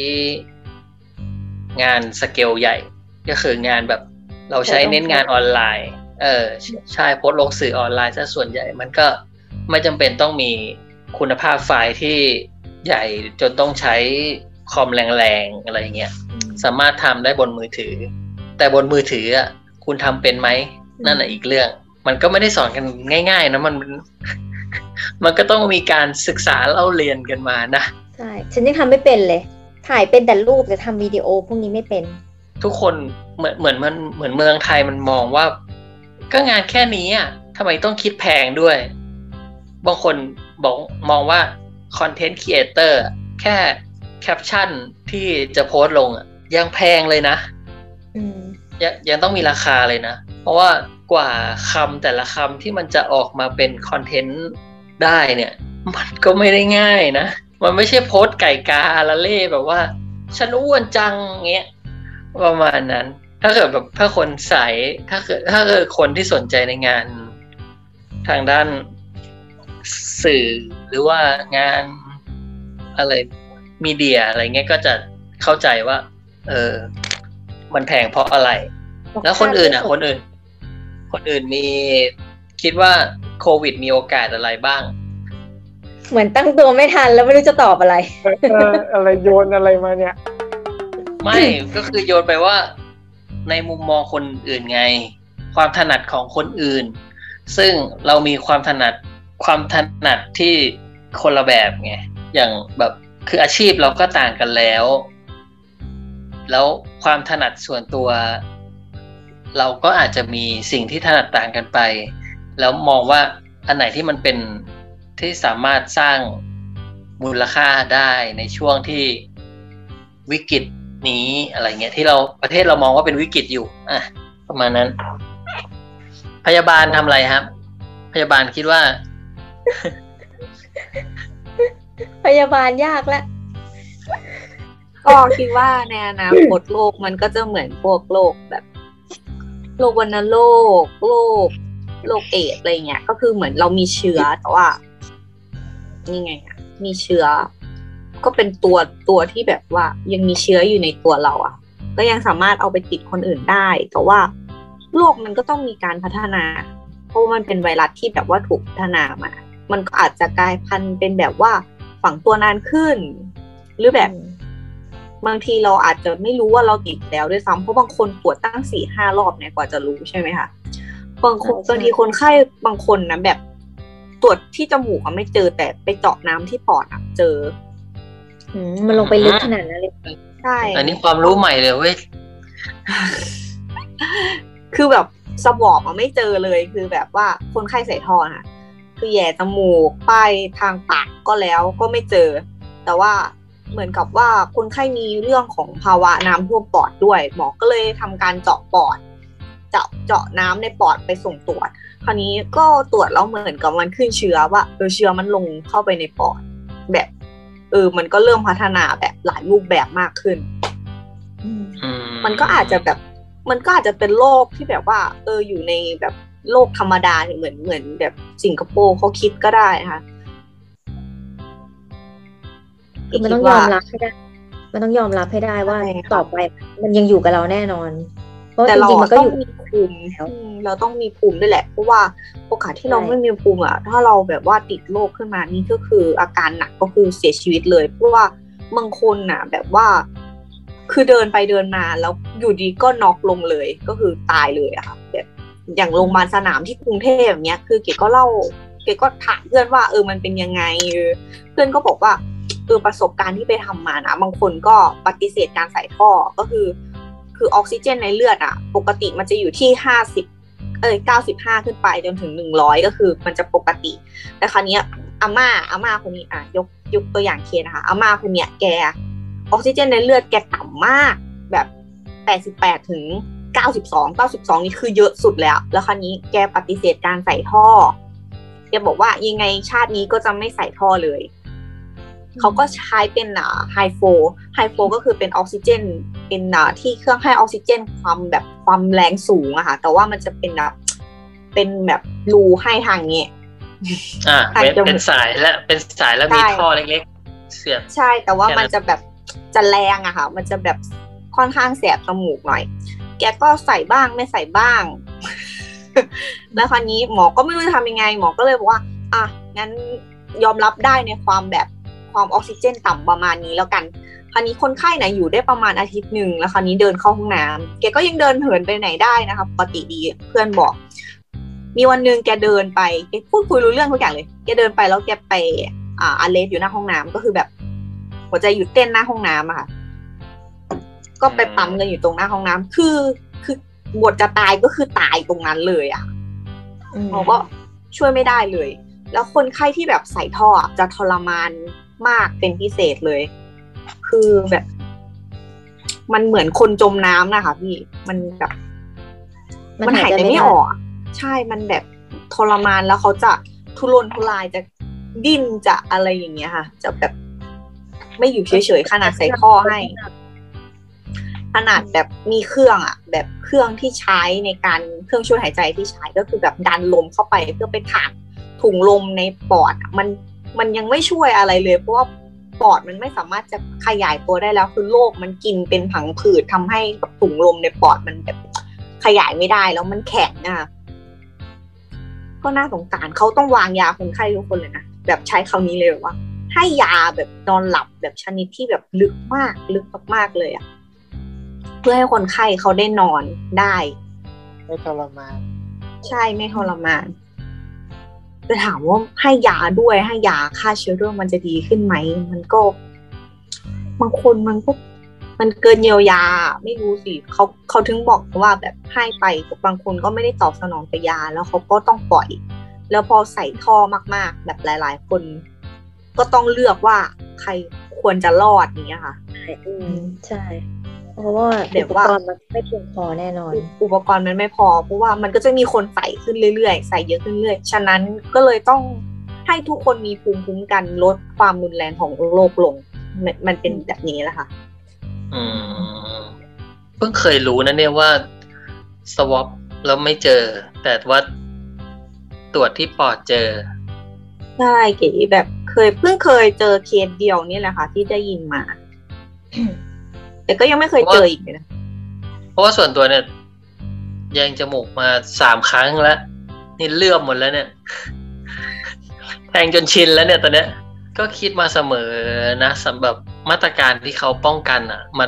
Speaker 2: งานสเกลใหญ่ก็คืองานแบบเราใช้เน้นงานออนไลน์ใช่โพสต์ลงสื่อออนไลน์ซะส่วนใหญ่มันก็ไม่จำเป็นต้องมีคุณภาพไฟล์ที่ใหญ่จนต้องใช้คอมแรงๆอะไรเงี้ยสามารถทำได้บนมือถือแต่บนมือถืออ่ะคุณทำเป็นไหมนั่นแหละอีกเรื่องมันก็ไม่ได้สอนกันง่ายๆนะมันก็ต้องมีการศึกษาเล่าเรียนกันมานะ
Speaker 4: ใช่ฉันยังทำไม่เป็นเลยถ่ายเป็นแต่รูปแต่ทำวิดีโอพวกนี้ไม่เป็น
Speaker 2: ทุกคนเหมือนเมืองไทยมันมองว่าก็งานแค่นี้อ่ะทำไมต้องคิดแพงด้วยบางคนมองว่าคอนเทนต์ครีเอเตอร์แค่แคปชั่นที่จะโพสต์ลงอ่ะยังแพงเลยนะยังต้องมีราคาเลยนะเพราะว่ากว่าคำแต่ละคำที่มันจะออกมาเป็นคอนเทนต์ได้เนี่ยมันก็ไม่ได้ง่ายนะมันไม่ใช่โพสต์ไก่กาละเล่แบบว่าฉันอ้วนจังเงี้ยประมาณนั้นถ้าเกิดแบบถ้าคนใส่ถ้าเกิดคนที่สนใจในงานทางด้านสื่อหรือว่างานอะไรมีเดียอะไรเงี้ยก็จะเข้าใจว่ามันแพงเพราะอะไรแล้วคนอื่นคนอื่นมีคิดว่าโควิดมีโอกาสอะไรบ้าง
Speaker 4: เหมือนตั้งตัวไม่ทันแล้วไม่รู้จะตอบอะไร
Speaker 1: อะไรโยนอะไรมาเนี่ย
Speaker 2: ไม่ก็คือโยนไปว่าในมุมมองคนอื่นไงความถนัดของคนอื่นซึ่งเรามีความถนัดที่คนละแบบไงอย่างแบบคืออาชีพเราก็ต่างกันแล้วความถนัดส่วนตัวเราก็อาจจะมีสิ่งที่ถนัดต่างกันไปแล้วมองว่าอันไหนที่มันเป็นที่สามารถสร้างมูลค่าได้ในช่วงที่วิกฤตนี้อะไรเงี้ยที่ประเทศเรามองว่าเป็นวิกฤตอยู่ประมาณนั้นพยาบาลทำอะไรครับพยาบาลคิดว่า
Speaker 4: พยาบาลยากแล้ว
Speaker 3: ก็คิดว่าในอนาคตโลกมันก็จะเหมือนพวกโรคแบบโรควัณโรคโรคเอดส์อะไรเงี้ยก็คือเหมือนเรามีเชื้อแต่ว่านี่ไงมีเชื้อก็เป็นตัวที่แบบว่ายังมีเชื้ออยู่ในตัวเราอ่ะก็ยังสามารถเอาไปติดคนอื่นได้แต่ว่าโรคมันก็ต้องมีการพัฒนาเพราะมันเป็นไวรัสที่แบบว่าถูกพัฒนามามันก็อาจจะกลายพันธุ์เป็นแบบว่าฝังตัวนานขึ้นหรือแบบบางทีเราอาจจะไม่รู้ว่าเราติดแล้วด้วยซ้ำเพราะบางคนตรวจตั้ง 4-5 รอบเนี่ยกว่าจะรู้ใช่ไหมคะบางทีคนไข้บางคนนะแบบตรวจที่จมูกไม่เจอแต่ไปเจาะน้ำที่ปอดเจอ
Speaker 4: มันลงไปลึกขนาดนั้นเลย
Speaker 3: ใช่
Speaker 2: อันนี้ความรู้ใหม่เลยเว้ย
Speaker 3: คือแบบสวอปไม่เจอเลยคือแบบว่าคนไข้ใส่ท่อค่ะคือแย่จมูกป้ายทางปากก็แล้วก็ไม่เจอแต่ว่าเหมือนกับว่าคนไข้มีเรื่องของภาวะน้ำท่วมปอดด้วยหมอก็เลยทำการเจาะปอดเจาะน้ำในปอดไปส่งตรวจคราวนี้ก็ตรวจแล้วเหมือนกับมันขึ้นเชื้อว่าเชื้อมันลงเข้าไปในปอดแบบมันก็เริ่มพัฒนาแบบหลายรูปแบบมากขึ้นมันก็อาจจะเป็นโรคที่แบบว่าอยู่ในแบบโลกธรรมดาเหมือนแบบสิงคโปร์เขาคิดก็ได้ค่ะ
Speaker 4: คือมันต้องยอมรับให้ได้ว่าต่อไปมันยังอยู่กับเราแน่นอนเพราะจริงๆมันก็อยู่
Speaker 3: มีภูมิเราต้องมีภูมิด้วยแหละเพราะว่าโอกาสที่เราไม่มีภูมิถ้าเราแบบว่าติดโรคขึ้นมานี่ก็คืออาการหนักก็คือเสียชีวิตเลยเพราะว่าบางคนแบบว่าคือเดินไปเดินมาแล้วอยู่ดีก็น็อกลงเลยก็คือตายเลยอะค่ะแบบอย่างโรงพยาบาลสนามที่กรุงเทพอย่างเงี้ยคือเก๋ก็ถามเพื่อนว่ามันเป็นยังไงเพื่อนก็บอกว่าประสบการณ์ที่ไปทำมานะบางคนก็ปฏิเสธการใส่ท่อก็คือออกซิเจนในเลือดปกติมันจะอยู่ที่ 95ขึ้นไปจนถึง100ก็คือมันจะปกติแต่คราวนี้อาม่าคนนี้ยกตัวอย่างเคสนะคะอาม่าคนเนี้ยแกออกซิเจนในเลือดแกต่ำมากแบบ88ถึง92นี่คือเยอะสุดแล้วคราวนี้แกปฏิเสธการใส่ท่อแกบอกว่ายังไงชาตินี้ก็จะไม่ใส่ท่อเลยเขาก็ใช้เป็นไฮโฟก็คือเป็นออกซิเจนเป็นที่เครื่องให้ออกซิเจนความแรงสูงอะค่ะแต่ว่ามันจะเป็นแบบรูให้ทางนี้
Speaker 2: เป็นสายแล้วมีท่อเล็กๆเสียบ
Speaker 3: ใช่แต่ว่ามันจะแบบจะแรงอะค่ะมันจะแบบค่อนข้างแสบจมูกหน่อยแกก็ใส่บ้างไม่ใส่บ้างแล้วคราวนี้หมอก็ไม่รู้จะทำยังไงหมอก็เลยบอกว่างั้นยอมรับได้ในความออกซิเจนต่ำประมาณนี้แล้วกันคราวนี้คนไข้นะอยู่ได้ประมาณอาทิตย์นึงแล้วคราวนี้เดินเข้าห้องน้ำแกก็ยังเดินเหินไปไหนได้นะคะปกติดีเพื่อนบอกมีวันนึงแกเดินไปแกพูดคุยรู้เรื่องทุกอย่างเลยแกเดินไปแล้วแกไปเลสอยู่หน้าห้องน้ำก็คือแบบหัวใจหยุดเต้นหน้าห้องน้ำอะค่ะก็ไปปั๊มเงินอยู่ตรงหน้าห้องน้ำคือบทจะตายก็คือตายตรงนั้นเลยอ่ะเขาก็ช่วยไม่ได้เลยแล้วคนไข้ที่แบบใส่ท่อจะทรมานมากเป็นพิเศษเลยคือแบบมันเหมือนคนจมน้ำนะคะพี่มันแบบมันหายใจไม่ออกใช่มันแบบทรมานแล้วเขาจะทุรนทุรายจะดิ้นจะอะไรอย่างเงี้ยค่ะจะแบบไม่อยู่เฉยๆขนาดใส่ท่อให้ขนาดแบบมีเครื่องแบบเครื่องที่ใช้ในการเครื่องช่วยหายใจที่ใช้ก็คือแบบดันลมเข้าไปเพื่อไปถ่ายถุงลมในปอดมันยังไม่ช่วยอะไรเลยเพราะว่าปอดมันไม่สามารถจะขยายตัวได้แล้วคือโรคมันกินเป็นผังผืดทำให้ถุงลมในปอดมันแบบขยายไม่ได้แล้วมันแข็งก็น่าสงสารเขาต้องวางยาคนไข้ทุกคนเลยนะแบบใช้คำนี้เลยว่าให้ยาแบบนอนหลับแบบชนิดที่แบบลึกมากเลยเพื่อให้คนไข้เขาได้นอนได้
Speaker 1: ไม่ทรมาน
Speaker 3: ใช่ไม่ทรมานจะถามว่าให้ยาด้วยให้ยาฆ่าเชื้อด้วยมันจะดีขึ้นไหมมันก็บางคนมันเกินเยียวยาไม่รู้สิเขาถึงบอกว่าแบบให้ไปบางคนก็ไม่ได้ตอบสนองต่อยาแล้วเขาก็ต้องปล่อยแล้วพอใส่ท่อมากๆแบบหลายๆคนก็ต้องเลือกว่าใครควรจะรอดอย่างเงี้ยค่ะ
Speaker 4: ใช่เพราะว่าอุปกรณ์มันไม่เพียงพอแน่นอน
Speaker 3: อุปกรณ์มันไม่พอเพราะว่ามันก็จะมีคนใส่ขึ้นเรื่อยๆใส่เยอะขึ้นเรื่อยฉะนั้นก็เลยต้องให้ทุกคนมีภูมิคุ้มกันลดความรุนแรงของโรคลงมันเป็นแบบนี้แหละค่ะ
Speaker 2: เพิ่งเคยรู้นะเนี่ยว่าสวอปแล้วไม่เจอแต่ว่าตรวจที่ปอดเจอ
Speaker 3: ใช่เก๋แบบเพิ่งเคยเจอเคสเดียวนี่แหละค่ะที่ได้ยินมาแต่ก็ยังไม่เคยเจออีกเลยนะ
Speaker 2: เพราะว่าส่วนตัวเนี่ยแยงจมูกมา3 ครั้งแล้วนี่เลื่อมหมดแล้วเนี่ยแทงจนชินแล้วเนี่ยตอนเนี้ยก็คิดมาเสมอนะสำหรับมาตรการที่เขาป้องกัน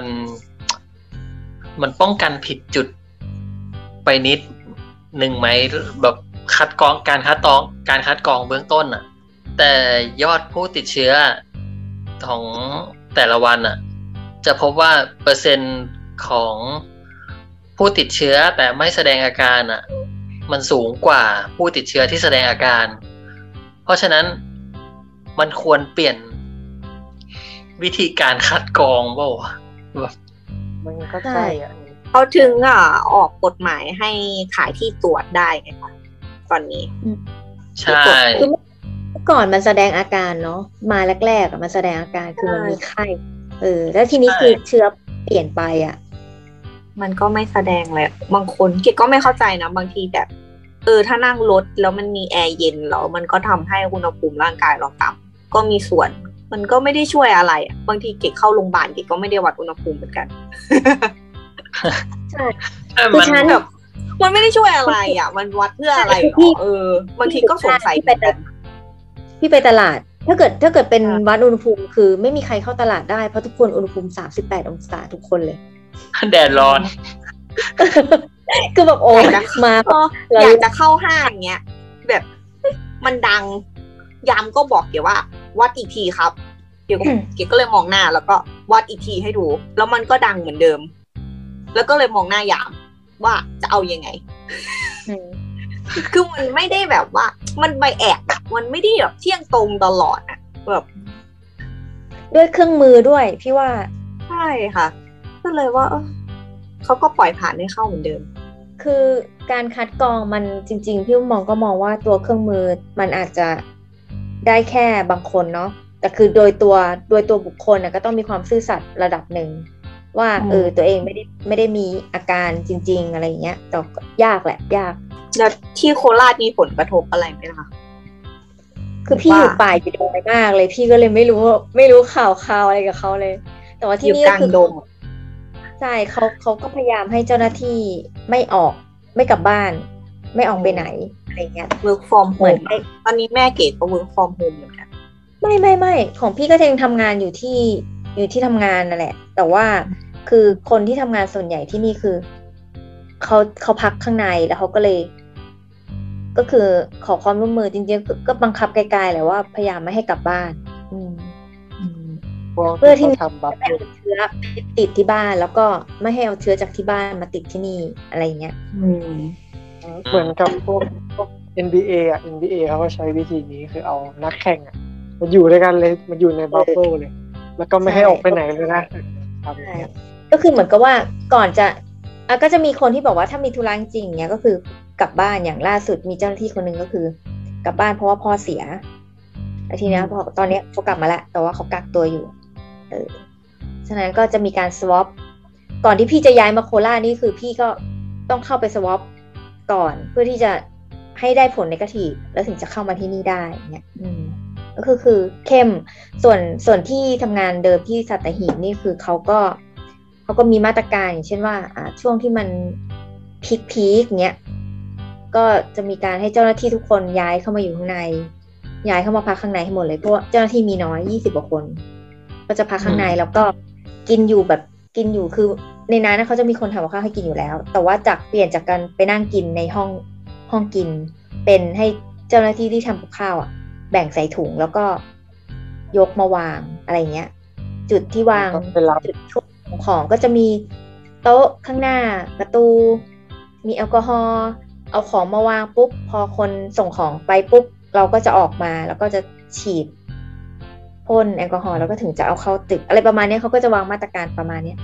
Speaker 2: มันป้องกันผิดจุดไปนิดหนึ่งไหมแบบการคัดกรองเบื้องต้นแต่ยอดผู้ติดเชื้อของแต่ละวันจะพบว่าเปอร์เซ็นต์ของผู้ติดเชื้อแต่ไม่แสดงอาการมันสูงกว่าผู้ติดเชื้อที่แสดงอาการเพราะฉะนั้นมันควรเปลี่ยนวิธีการคัดกรองบ่แบบ
Speaker 1: มันก็ใช่
Speaker 3: เขาถึงออกกฎหมายให้ขายที่ตรวจได้ไงคะตอนนี้
Speaker 2: ใช่
Speaker 4: ก่อนมันแสดงอาการเนาะมาแรกๆมันแสดงอาการคือมันมีไข้แล้วทีนี้คือเชื้อเปลี่ยนไป
Speaker 3: มันก็ไม่แสดงเลยบางคนเกก็ไม่เข้าใจนะบางทีแบบถ้านั่งรถแล้วมันมีแอร์เย็นแล้วมันก็ทำให้อุณหภูมิร่างกายเราต่ำก็มีส่วนมันก็ไม่ได้ช่วยอะไรบางทีเกเข้าโรงพยาบาลเกก็ไม่ได้วัดอุณหภูมิเหมือนกัน
Speaker 4: ใช่
Speaker 3: คือฉันแบบมันไม่ได้ช่วยอะไรมันวัดเพื่ออะไรบางทีก็สงสัย
Speaker 4: พี่ไปตลาดถ้าเกิดเป็นวัดอุณหภูมิคือไม่มีใครเข้าตลาดได้เพราะทุกคนอุณหภูมิ38 องศาทุกคนเลย
Speaker 2: แดดร้อน
Speaker 4: คือแบบโอ้มา
Speaker 3: อยากจะเข้าห้างเงี้ยแบบมันดังยามก็บอกเกี่ยวว่าวัดอีกทีครับเกี่ยวก็เลยมองหน้าแล้วก็วัดอีกทีให้ดูแล้วมันก็ดังเหมือนเดิมแล้วก็เลยมองหน้ายามว่าจะเอายังไงคือมันไม่ได้แบบว่ามันไบแอดอะมันไม่ได้แบบเที่ยงตรงตลอดอะแบบ
Speaker 4: ด้วยเครื่องมือด้วยพี่ว่า
Speaker 3: ใช่ค่ะก็เลยว่าเขาก็ปล่อยผ่านให้เข้าเหมือนเดิม
Speaker 4: คือการคัดกรองมันจริงๆพี่ก็มองว่าตัวเครื่องมือมันอาจจะได้แค่บางคนเนาะแต่คือโดยตัวบุคคลนะก็ต้องมีความซื่อสัตย์ระดับหนึ่งว่าตัวเองไม่ได้มีอาการจริงๆอะไรอย่างเงี้ยแต่ยากแหละยาก
Speaker 3: แล้วที่โคราชมีผลกระทบอะไรไหมคะ
Speaker 4: คือพี่อยู่ป่าอยู่ดอยมากเลยพี่ก็เลยไม่รู้ข่าวอะไรกับเขาเลยแต่ว่าที่นี่ก็คือใช่เขาก็พยายามให้เจ้าหน้าที่ไม่กลับบ้านไม่ออกไปไหนอะไรเงี้ย
Speaker 3: work from home ตอนนี้แม่เก๋ก็ work from home เหมือนกัน
Speaker 4: ไม่ของพี่ก็ยังทำงานอยู่ที่ทำงานนั่นแหละแต่ว่าคือคนที่ทำงานส่วนใหญ่ที่นี่คือเขาพักข้างในแล้วเขาก็เลยก็คือขอความร่วมมือจริงๆก็บังคับไกลๆแหละว่าพยายามไม่ให้กลับบ้านเพื่อที่ไม่ให้เอาเชื้อติดที่บ้านแล้วก็ไม่ให้เอาเชื้อจากที่บ้านมาติดที่นี่อะไรเงี้ย
Speaker 1: เหมือนกับพวก NBA อ่ะ NBA เขาก็ใช้วิธีนี้คือเอานักแข่งอ่ะมันอยู่ด้วยกันเลยมันอยู่ในบับเบิ้ลเลยแล้วก็ไม่ให้ออกไปไหนเลยนะ
Speaker 4: ก็คือเหมือนกับว่าก่อนจะก็จะมีคนที่บอกว่าถ้ามีธุระจริงเงี้ยก็คือกลับบ้านอย่างล่าสุดมีเจ้าหน้าที่คนนึงก็คือกลับบ้านเพราะว่าพ่อเสียทีนี้พอตอนนี้เขากลับมาแล้วแต่ว่าเขากักตัวอยู่ฉะนั้นก็จะมีการสวอปก่อนที่พี่จะย้ายมาโคราชนี่คือพี่ก็ต้องเข้าไปสวอปก่อนเพื่อที่จะให้ได้ผลเนกาทีฟแล้วถึงจะเข้ามาที่นี่ได้เนี่ยก็คือเข้มส่วนที่ทำงานเดิมที่สัตหีบนี่คือเขาก็มีมาตรการอย่างเช่นว่าช่วงที่มันพีคเงี้ยก็จะมีการให้เจ้าหน้าที่ทุกคนย้ายเข้ามาอยู่ข้างในย้ายเข้ามาพักข้างในให้หมดเลยเพราะเจ้าหน้าที่มีน้อย20 กว่าคนก็จะพักข้างในแล้วก็กินอยู่คือในนั้นเขาจะมีคนทำกับข้าวให้กินอยู่แล้วแต่ว่าเปลี่ยนจากการไปนั่งกินในห้องกินเป็นให้เจ้าหน้าที่ที่ทำกับข้าวแบ่งใส่ถุงแล้วก็ยกมาวางอะไรเงี้ยจุดที่วางจุดช่วงของก็จะมีโต๊ะข้างหน้าประตูมีแอลกอฮอล์เอาของมาวางปุ๊บพอคนส่งของไปปุ๊บเราก็จะออกมาแล้วก็จะฉีดพ่นแอลกอฮอล์แล้วก็ถึงจะเอาเข้าตึกอะไรประมาณนี้เขาก็จะวางมาตรการประมาณนี้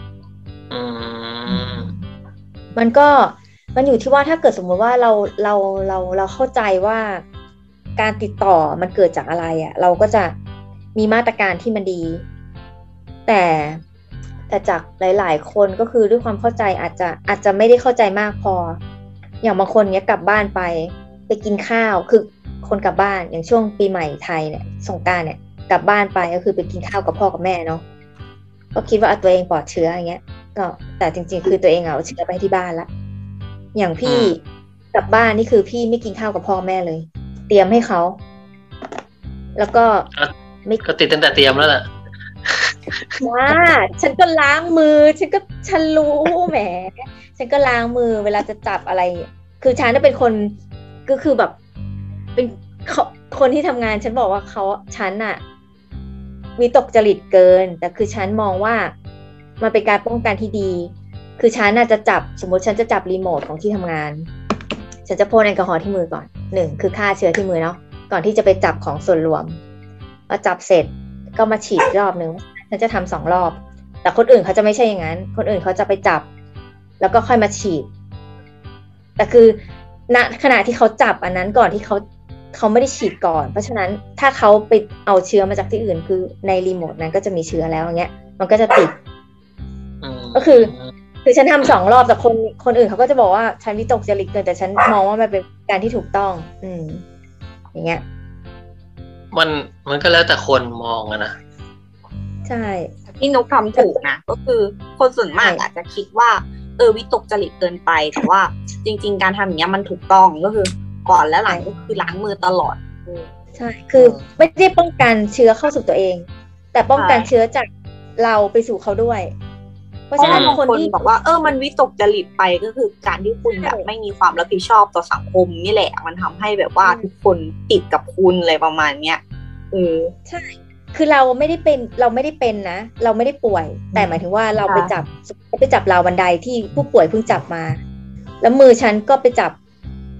Speaker 4: มันอยู่ที่ว่าถ้าเกิดสมมติว่าเราเข้าใจว่าการติดต่อมันเกิดจากอะไรเราก็จะมีมาตรการที่มันดีแต่จากหลายๆคนก็คือด้วยความเข้าใจอาจจะไม่ได้เข้าใจมากพออย่างบางคนเนี้ยกลับบ้านไปกินข้าวคือคนกลับบ้านอย่างช่วงปีใหม่ไทยเนี่ยสงกรานต์เนี่ยกลับบ้านไปก็คือไปกินข้าวกับพ่อกับแม่เนาะก็คิดว่าตัวเองปลอดเชื้ออย่างเงี้ยก็แต่จริงๆคือตัวเองเอาเชื้อไปที่บ้านละอย่างพี่กลับบ้านนี่คือพี่ไม่กินข้าวกับพ่อแม่เลยเตรียมให้เขาแล้วก็
Speaker 2: ไม่ก็ติดตั้งแต่เตรียมแล้วแหละ
Speaker 4: ว่าฉันก็ล้างมือฉันรู้แหมฉันก็ล้างมือเวลาจะจับอะไรคือฉันน่ะเป็นคนก็คือแบบเป็นคนที่ทำงานฉันบอกว่าฉันน่ะวิตกจริตเกินแต่คือฉันมองว่ามันเป็นการป้องกันที่ดีคือฉันน่ะจะจับสมมติฉันจะจับรีโมทของที่ทำงานฉันจะพ่นแอลกอฮอล์ที่มือก่อน1คือฆ่าเชื้อที่มือเนาะก่อนที่จะไปจับของส่วนรวมพอจับเสร็จก็มาฉีดรอบนึงฉันจะทำ2 รอบแต่คนอื่นเขาจะไม่ใช่อย่างนั้นคนอื่นเขาจะไปจับแล้วก็ค่อยมาฉีดแต่คือณขณะที่เขาจับอันนั้นก่อนที่เขาไม่ได้ฉีดก่อนเพราะฉะนั้นถ้าเขาไปเอาเชื้อมาจากที่อื่นคือในรีโมทนั้นก็จะมีเชื้อแล้วอย่างเงี้ยมันก็จะติดก็คือฉันทำ2 รอบแต่คนอื่นเขาก็จะบอกว่าฉันวิตกจริตเกินแต่ฉันมองว่ามันเป็นการที่ถูกต้องอย่างเงี้ย
Speaker 2: มันก็แล้วแต่คนมองนะ
Speaker 4: ใช่
Speaker 3: พี่นกทำถูกนะก็คือคนส่วนมากอาจจะคิดว่าวิตกจริตเกินไปแต่ว่าจริงๆการทำอย่างเงี้ยมันถูกต้องก็คือก่อนและหลังก็คือล้างมือตลอด
Speaker 4: ใช่คือไม่ได้ป้องกันเชื้อเข้าสู่ตัวเองแต่ป้องกันเชื้อจากเราไปสู่เขาด้วย
Speaker 3: เพราะฉะนั้นคนที่บอกว่ามันวิตกจริตไปก็คือการที่คุณแบบไม่มีความรับผิดชอบต่อสังคมนี่แหละมันทำให้แบบว่าทุกคนติดกับคุณอะไรประมาณเนี้ย
Speaker 4: ใช่คือเราไม่ได้เป็นนะเราไม่ได้ป่วยแต่หมายถึงว่าเราไปจับราวบันไดที่ผู้ป่วยเพิ่งจับมาแล้วมือฉันก็ไปจับ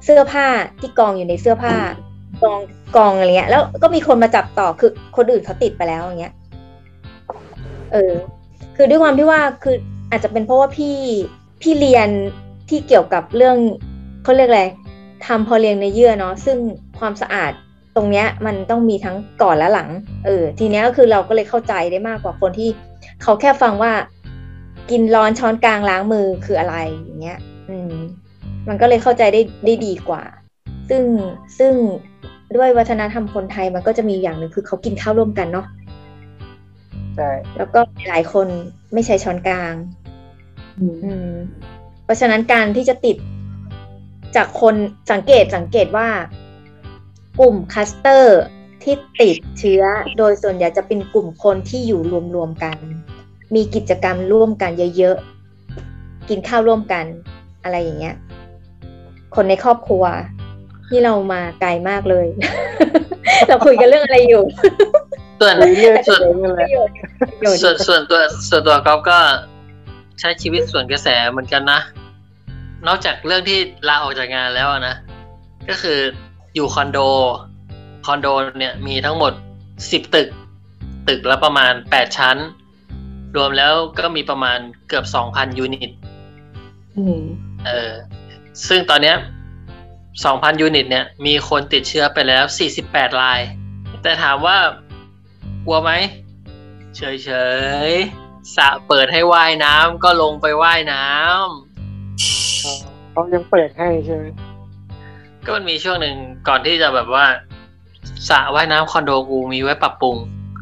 Speaker 4: เสื้อผ้าที่กองอยู่ในเสื้อผ้ากองอะไรเงี้ยแล้วก็มีคนมาจับต่อคือคนอื่นเขาติดไปแล้วอย่างเงี้ยคือด้วยความที่ว่าคืออาจจะเป็นเพราะว่าพี่เรียนที่เกี่ยวกับเรื่องเขาเรียกอะไรทำพอเลี้ยงในเยื่อเนาะซึ่งความสะอาดตรงเนี้ยมันต้องมีทั้งก่อนและหลังทีเนี้ยก็คือเราก็เลยเข้าใจได้มากกว่าคนที่เขาแค่ฟังว่ากินร้อนช้อนกลางล้างมือคืออะไรอย่างเงี้ยมันก็เลยเข้าใจได้ดีกว่าซึ่งด้วยวัฒนธรรมคนไทยมันก็จะมีอย่างหนึ่งคือเขากินข้าวร่วมกันเนาะ
Speaker 1: ใช่
Speaker 4: แล้วก็หลายคนไม่ใช้ช้อนกลางเพราะฉะนั้นการที่จะติดจากคนสังเกตว่ากลุ่มคลัสเตอร์ที่ติดเชื้อโดยส่วนใหญ่จะเป็นกลุ่มคนที่อยู่รวมๆกันมีกิจกรรมร่วมกันเยอะๆกินข้าวร่วมกันอะไรอย่างเงี้ยคนในครอบครัวที่เรามาไกลมากเลย เราคุยกันเรื่องอะไรอยู่
Speaker 2: ส่วนตัวก๊อฟก็ใช้ชีวิตส่วนกระแสเหมือนกันนะนอกจากเรื่องที่ลาออกจากงานแล้วนะก็คืออยู่คอนโดเนี่ยมีทั้งหมด10ตึกละประมาณ8ชั้นรวมแล้วก็มีประมาณเกือบ 2,000 ยูนิตซึ่งตอนเนี้ย 2,000 ยูนิตเนี่ยมีคนติดเชื้อไปแล้ว48รายแต่ถามว่ากลัวไหมเฉยๆสระเปิดให้ว่ายน้ำก็ลงไปว่ายน้
Speaker 1: ำเขายังเปิดให้ใช่ไหม
Speaker 2: ก็มันมีช่วงหนึ่งก่อนที่จะแบบว่าสระว่ายน้ำคอนโดกูมีไว้ปรับปรุง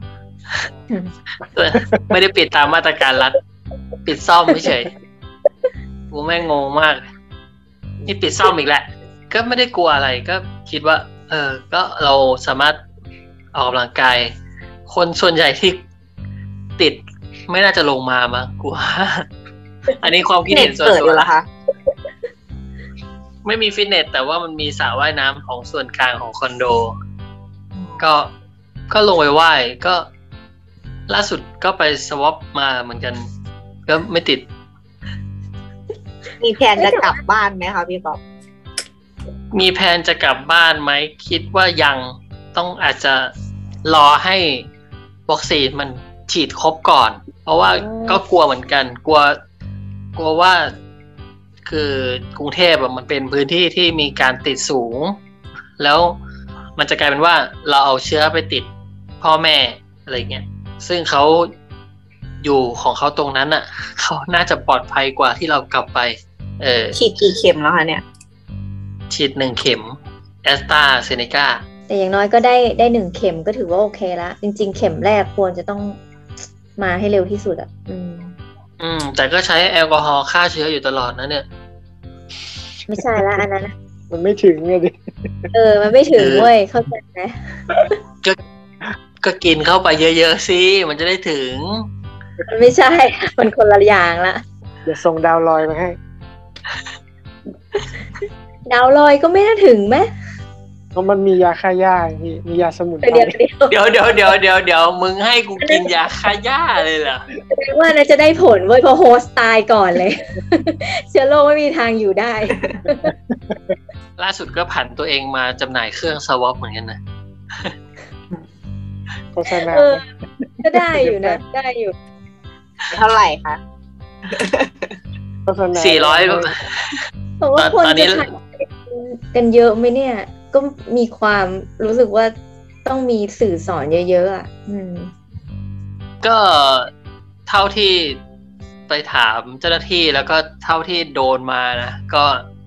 Speaker 2: ไม่ได้ปิดตามมาตรการรัฐปิดซ่อมเฉยกูแม่งงงมากนี่ปิดซ่อมอีกแหละก็ไม่ได้กลัวอะไรก็คิดว่าก็เราสามารถออกกำลังกายคนส่วนใหญ่ที่ติดไม่น่าจะลงมามั้งกลัวอันนี้ความคิดเห็นส่วนตัวละไม่มีฟิตเนสแต่ว่ามันมีสระว่ายน้ำของส่วนกลางของคอนโดก็ลงไปว่ายก็ล่าสุดก็ไปสวอปมาเหมือนกันก็ไม่ติด
Speaker 3: มีแผนจะกลับบ้านไหมคะพี่ก๊อฟ
Speaker 2: มีแผนจะกลับบ้านไหมคิดว่ายังต้องอาจจะรอให้วัคซีนมันฉีดครบก่อนเพราะว่าก็กลัวเหมือนกันกลัวว่าคือกรุงเทพมันเป็นพื้นที่ที่มีการติดสูงแล้วมันจะกลายเป็นว่าเราเอาเชื้อไปติดพ่อแม่อะไรเงี้ยซึ่งเขาอยู่ของเขาตรงนั้นอ่ะเขาน่าจะปลอดภัยกว่าที่เรากลับไป
Speaker 3: ฉีดกี่เข็มแล้วคะเนี่ย
Speaker 2: ฉีด1เข็มแอสตราเซเนกา
Speaker 4: แต่อย่างน้อยก็ได้1เข็มก็ถือว่าโอเคละจริงๆเข็มแรกควรจะต้องมาให้เร็วที่สุดอ่ะ
Speaker 2: แต่ก็ใช้แอลกอฮอล์ฆ่าเชื้ออยู่ตลอดนะเนี่ย
Speaker 4: ไม่ใช่ละอันนั้น
Speaker 1: มันไม่ถึงไงดิ
Speaker 4: มันไม่ถึงเว้ยเข้าใจไหม
Speaker 2: ก็กินเข้าไปเยอะๆสิมันจะได้ถึง
Speaker 4: มันไม่ใช่มันคนละอย่างละ
Speaker 1: เดี๋ยวส่งดาวลอยมาให้
Speaker 4: ดาวลอยก็ไม่น่าถึงไหม
Speaker 1: เพราะมันมียาฆ่าหญ้าพี่มียาสมุนไพร
Speaker 2: เดี๋ยวมึงให้กูกินยาฆ่าหญ้าเลยเหรอ
Speaker 4: แสดงว่าน่าจะได้ผลเว้ยเพราะโฮสต์ตายก่อนเลยเชื้อโรคไม่มีทางอยู่ได้
Speaker 2: ล่าสุดก็ผันตัวเองมาจำหน่ายเครื่องสวอปเหมือนกันนะ
Speaker 1: โฆษณา
Speaker 4: ก็ได้อยู่นะได้อยู่
Speaker 3: เท่าไหร่คะ
Speaker 1: โฆษณา
Speaker 2: 400
Speaker 4: เพราะว่าคนจะถ่ายกันเยอะไหมเนี่ยก็มีความรู้สึกว่าต้องมีสื่อสอนเยอะๆอ่ะ
Speaker 2: ก็เท่าที่ไปถามเจ้าหน้าที่แล้วก็เท่าที่โดนมานะก็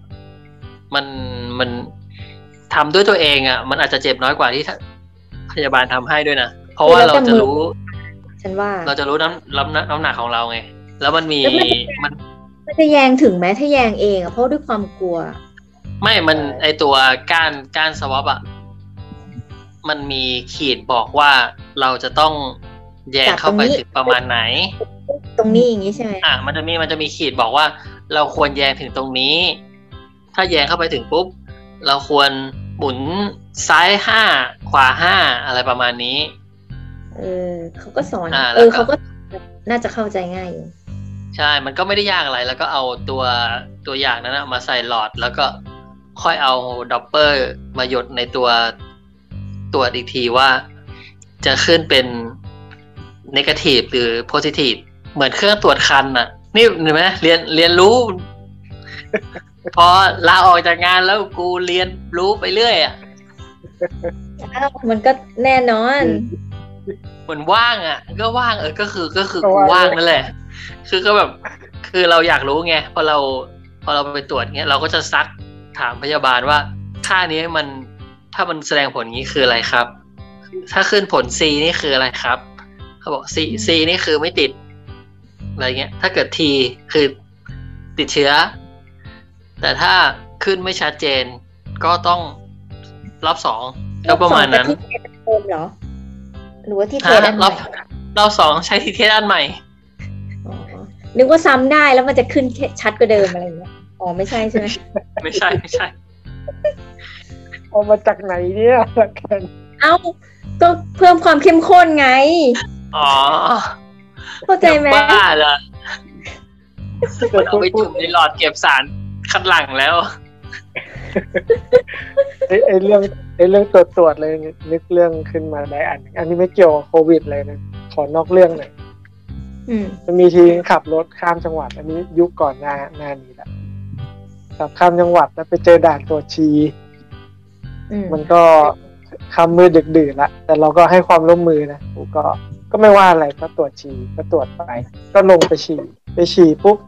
Speaker 2: มันทำด้วยตัวเองอ่ะมันอาจจะเจ็บน้อยกว่าที่พยาบาลทำให้ด้วยนะเพราะว่าเราจะรู้
Speaker 4: ฉันว่า
Speaker 2: เราจะรู้น้ำหนักของเราไงแล้วมัน
Speaker 4: จะแยงถึงไหมถ้าแยงเองอ่ะเพราะด้วยความกลัว
Speaker 2: ไม่มันไอตัวก้านสวอปอ่ะมันมีขีดบอกว่าเราจะต้องแยงเข้าไปถึงประมาณไหน
Speaker 4: ตรงนี้อย่างนี้ใช่ไหม
Speaker 2: มันจะมีขีดบอกว่าเราควรแยงถึงตรงนี้ถ้าแยงเข้าไปถึงปุ๊บเราควรหมุนซ้าย5ขวา5อะไรประมาณนี้
Speaker 4: เขาก็สอนเขาก็น่าจะเข้าใจง่ายอยู่
Speaker 2: ใช่มันก็ไม่ได้ยากอะไรแล้วก็เอาตัวอย่างนั้นมาใส่หลอดแล้วก็ค่อยเอาด็อปเปอร์มาหยดในตัวตรวจอีกทีว่าจะขึ้นเป็นเนกาทีฟหรือโพซิทีฟเหมือนเครื่องตรวจคันน่ะนี่เห็นไหมเรียนรู้ พอลาออกจากงานแล้วกูเรียนรู้ไปเรื่อยอ่ะ
Speaker 4: มันก็แน่นอน
Speaker 2: เหมือนว่างอ่ะก็ว่างก็คือกูว่างนั่นแหละคือก็แบบคือเราอยากรู้ไงพอเราไปตรวจเงี้ยเราก็จะซักถามพยาบาลว่าค่านี้มันถ้ามันแสดงผลงี้คืออะไรครับถ้าขึ้นผล C นี่คืออะไรครับเขาบอก C นี่คือไม่ติดอะไรเงี้ยถ้าเกิด T คือติดเชื้อแต่ถ้าขึ้นไม่ชัดเจนก็ต้องรอบ2ก็ประมาณนั้น
Speaker 4: ที่เทสเดิมเหรอหรือว่าที่เทสอันใหม่
Speaker 2: รอบ2ใช้ที่เทสอันใหม่
Speaker 4: นึกว่าซ้ำได้แล้วมันจะขึ้นชัดกว่าเดิมอะไรอย่างเงี้ยอ๋อไม่ใช่ใช่ไหม
Speaker 2: ไม่ใช่
Speaker 1: เอามาจากไหนเนี่ย
Speaker 4: เอ้าก็เพิ่มความเข้มข้นไง
Speaker 2: อ๋อ
Speaker 4: เข้าใจไหม
Speaker 2: บ้าเหรอเอาไปจุ่มในหลอดเก็บสารคัดหลั่งแล้ว
Speaker 1: ไอ้เรื่องตรวจเลยนึกเรื่องขึ้นมาได้อันนี้ไม่เกี่ยวกับโควิดเลยนะขอนอกเรื่องหน่อยมันมีทีขับรถข้ามจังหวัดอันนี้ยุคก่อนหน้านี้แหละขับข้ามจังหวัดแล้วไปเจอด่านตรวจฉี่มันก็ค่ำมืดดึกดื่นละแต่เราก็ให้ความร่วมมือนะผมก็ไม่ว่าอะไรก็ตรวจฉี่ก็ตรวจไปก็ลงไปฉี่ปุ๊บ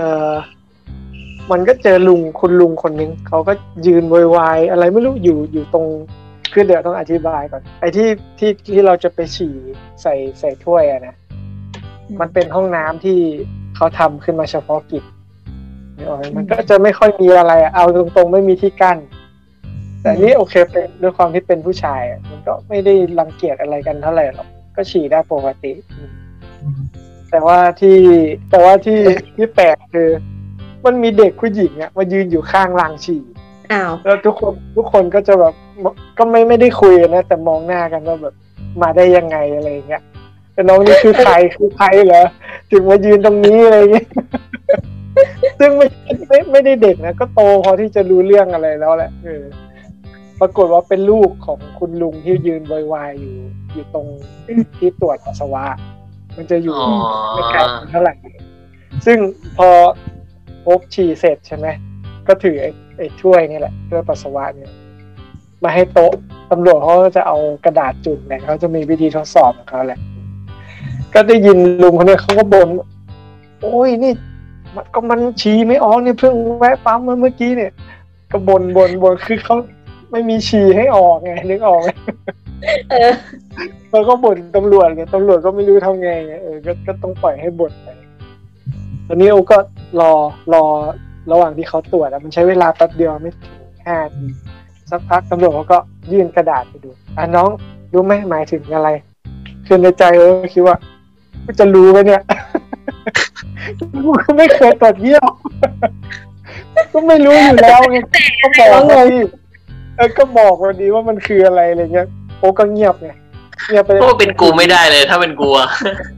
Speaker 1: มันก็เจอคุณลุงคนนึงเขาก็ยืนโวยวายอะไรไม่รู้อยู่ตรงคือเดี๋ยวต้องอธิบายก่อนไอ้ที่เราจะไปฉี่ใส่ถ้วยอะนะมันเป็นห้องน้ำที่เขาทำขึ้นมาเฉพาะกิจมันก็จะไม่ค่อยมีอะไรเอาตรงๆไม่มีที่กั้นแต่นี่โอเคเป็นด้วยความที่เป็นผู้ชายมันก็ไม่ได้รังเกียจอะไรกันเท่าไหร่หรอกก็ฉี่ได้ปกติแต่ว่าที่แปลกคือมันมีเด็กผู้หญิงอ่ะมายืนอยู่ข้างรางฉี่แล้วทุกคนก็จะแบบก็ไม่ได้คุยนะแต่มองหน้ากันว่าแบบมาได้ยังไงอะไรเงี้ยแต่น้องนี่คือใครเหรอถึงมายืนตรงนี้อะไรเงี้ยซึ่งไม่ได้เด็กนะก็โตพอที่จะรู้เรื่องอะไรแล้วแหละปรากฏว่าเป็นลูกของคุณลุงที่ยืนวายอยู่ตรงที่ตรวจปัสสาวะมันจะอยู่ไม่ไกลเท่าไหร่ซึ่งพอพบฉี่เสร็จใช่ไหมก็ถือไอ้ถ้วยนี่แหละถ้วยปัสสาวะเนี่ยมาให้โต๊ะตำรวจเขาจะเอากระดาษจุ่มเนี่ยเขาจะมีวิธีทดสอบของเขาแหละก็ได้ยินลุงคนนี้เขาก็บ่นโอ้ยนี่มันฉี่ไม่ออกเนี่ยเพิ่งแวะปั๊มเมื่อกี้เนี่ยก็บ่นคือเขาไม่มีฉี่ให้ออกไงนึกออกไหมแล้วก็บ่นตำรวจไงตำรวจก็ไม่รู้ทำไงก็ต้องปล่อยให้บ่นไปตอนนี้โอก็รอระหว่างที่เขาตรวจมันใช้เวลาแป๊บเดียวไม่ถึง5 นาทีสักพักตำรวจเขาก็ยื่นกระดาษไปดูน้องรู้ไหมหมายถึงอะไรคือในใจคิดว่าจะรู้ไหมเนี่ยกูไม่เคยตรวจเยี่ยวก็ไม่รู้อยู่แล้วไงก็บอกว่าก็บอกวันนี้ว่ามันคืออะไรอะไรเงี้ยโอ้ก็เงียบไงเงียบไป
Speaker 2: โอ้เป็นกูไม่ได้เลยถ้าเป็นกูอะ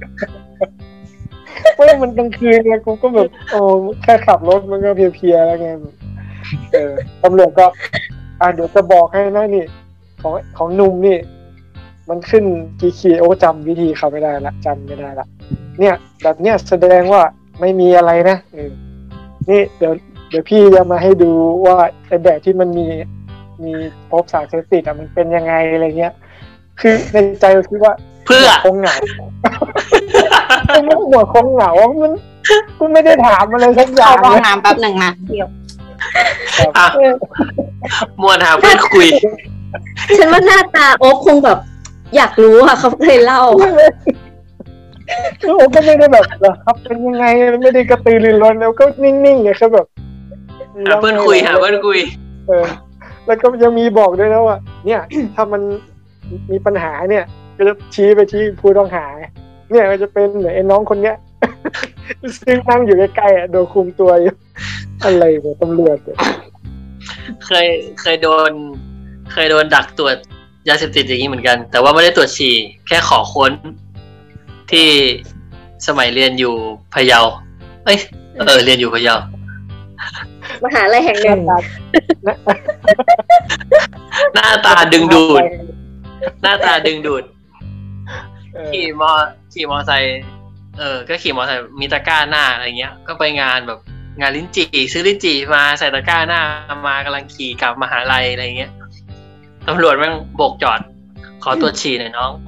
Speaker 1: มันกลางคืนไงกูก็แบบแค่ขับรถมันก็เพลียๆแล้วไงตำรวจก็เดี๋ยวจะบอกให้นะนี่ของนุ่มนี่มันขึ้นกี่ขีดโอ้จำวิธีเขาไม่ได้ละเนี่ยแบบเนี้ยแสดงว่าไม่มีอะไรนะนี่เดี๋ยวพี่จะมาให้ดูว่าไอ้แบบที่มันมีพบสารเสพติดมันเป็นยังไงอะไรเงี้ยคือในใจเราคิดว่า
Speaker 2: เพื่อ
Speaker 1: คงเหงาไม่หัวคงเหงามันกูไม่ได้ถามอะไรสักอย่าง
Speaker 3: เข้าห้องน้ำแป๊บหนึ่งนะเดี๋ยว
Speaker 2: มัวหาเพื่อนคุย
Speaker 4: ฉันว่าหน้าตาโอ๊คคงแบบอยากรู้ค่ะเขาเคยเล่า
Speaker 1: คือโอ๊คก็ไม่ได้แบบครับเป็นยังไงไม่ได้กระตือรือร้นแล้วก็นิ่งๆไงแค่แบบ
Speaker 2: หาเพื่อนคุย
Speaker 1: แล้วก็ยังมีบอกด้วยนะว่าเนี่ยถ้ามันมีปัญหาเนี่ยก็จะชี้ไปที่ผู้ต้องหาเนี่ยก็จะเป็นไอ้น้องคนเนี้ยซึ่งนั่งอยู่ใกล้ๆโดนคุมตัวอยู่อะไรเนี่ยตำรวจ
Speaker 2: เคยโดนดักตรวจยาเสพติดอย่างนี้เหมือนกันแต่ว่าไม่ได้ตรวจฉี่แค่ขอค้นที่สมัยเรียนอยู่พะเยาเรียนอยู่พะเยา
Speaker 4: มหาลัยแห่งหนึ่ง
Speaker 2: หน้าตาดึงดูดหน้าตาดึงดูดขี่มอไซค์ก็ขี่มอไซค์มีตะกร้าหน้าอะไรเงี้ยก็ไปงานแบบงานลิ้นจี่ซื้อลิ้นจี่มาใส่ตะกร้าหน้ามากำลังขี่กลับมหาลัยอะไรเงี้ยตำรวจแม่งโบกจอดขอตรวจฉี่หน่อยน้อง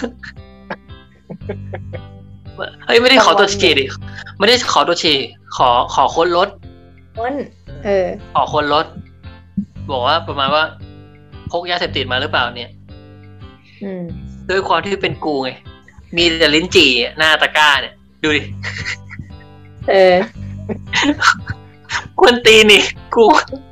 Speaker 2: เฮ้ยไม่ได้ขอตรวจฉี่ดิไม่ได้ขอตรวจฉี่ขอค้นรถขอค้นรถบอกว่าประมาณว่าพกยาเสพติดมาหรือเปล่าเนี่ยด้วยความที่เป็นกูไงมีแต่ลิ้นจี่หน้าตะกร้าเนี่ยดูดิกวนตีนนี่กู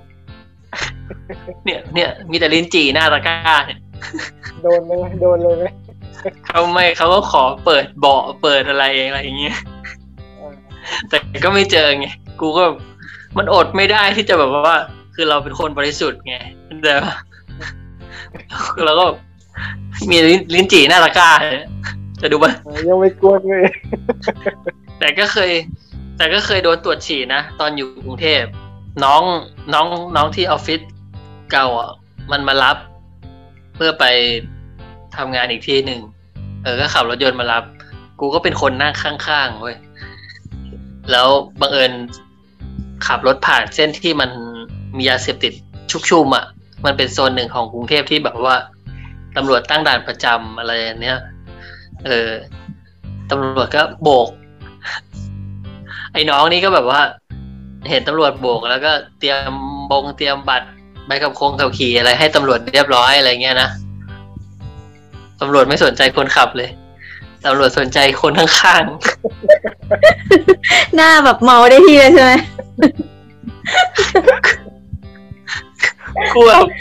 Speaker 2: เนี่ยมีแต่ลิ้นจี่หน้าตะกร้าเนี่ย
Speaker 1: โดนเลยไหม
Speaker 2: เขาก็ขอเปิดเบาะเปิดอะไรอย่างเงี้ยแต่ก็ไม่เจอไงกูก็มันอดไม่ได้ที่จะแบบว่าคือเราเป็นคนบริสุทธิ์ไงแต่เราก็มีลิ้นจี่หน้าตะกร้าจะดูป่ะ
Speaker 1: ยังไม่กลัวเลย
Speaker 2: แต่ก็เคยโดนตรวจฉี่นะตอนอยู่กรุงเทพน้องที่ออฟฟิศเก่าอ่ะมันมารับเพื่อไปทำงานอีกที่หนึ่งก็ขับรถยนต์มารับกูก็เป็นคนนั่งข้างๆเว้ยแล้วบังเอิญขับรถผ่านเส้นที่มันมียาเสพติดชุกชุมอ่ะมันเป็นโซนหนึ่งของกรุงเทพที่แบบว่าตำรวจตั้งด่านประจำอะไรเนี้ยตำรวจก็โบกไอ้น้องนี่ก็แบบว่าเห็นตำรวจโบกแล้วก็เตรียมบัตรใบขับขี่อะไรให้ตำรวจเรียบร้อยอะไรเงี้ยนะตำรวจไม่สนใจคนขับเลยตำรวจสนใจคนข้าง
Speaker 4: ๆหน้าแบบเมาได้ที่เลยใช่ไหม
Speaker 2: กูแบบ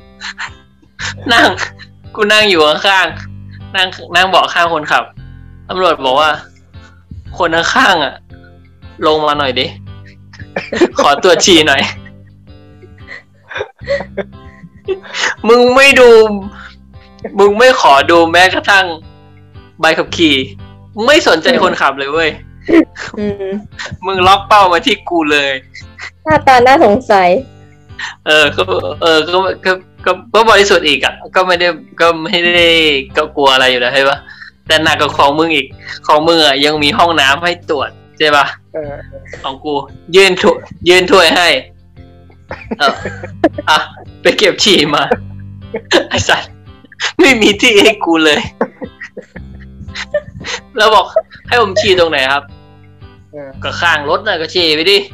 Speaker 2: กูนั่งอยู่ข้างๆนั่งเบาะข้างคนขับตำรวจบอกว่าคนข้างๆอ่ะลงมาหน่อยดิขอตรวจฉี่หน่อยมึงไม่ขอดูแม้กระทั่งใบขับขี่มึงไม่สนใจคนขับเลยเว้ยมึงล็อกเป้ามาที่กูเลย
Speaker 4: หน้าตาน่าสงสัย
Speaker 2: ก็บริสุทธิ์อีกอ่ะก็ไม่ได้ก็กลัวอะไรอยู่แล้วใช่ปะแต่หนักกว่าของมึงอีกของมึงอ่ะยังมีห้องน้ำให้ตรวจใช่ปะของกูยื่นถ้วยให้ไปเก็บฉี่มาไอ้สัสไม่มีที่ให้กูเลยแล้วบอกให้ผมฉี่ตรงไหนครับก็ข้างรถน่ะก็ฉี่ไปดิ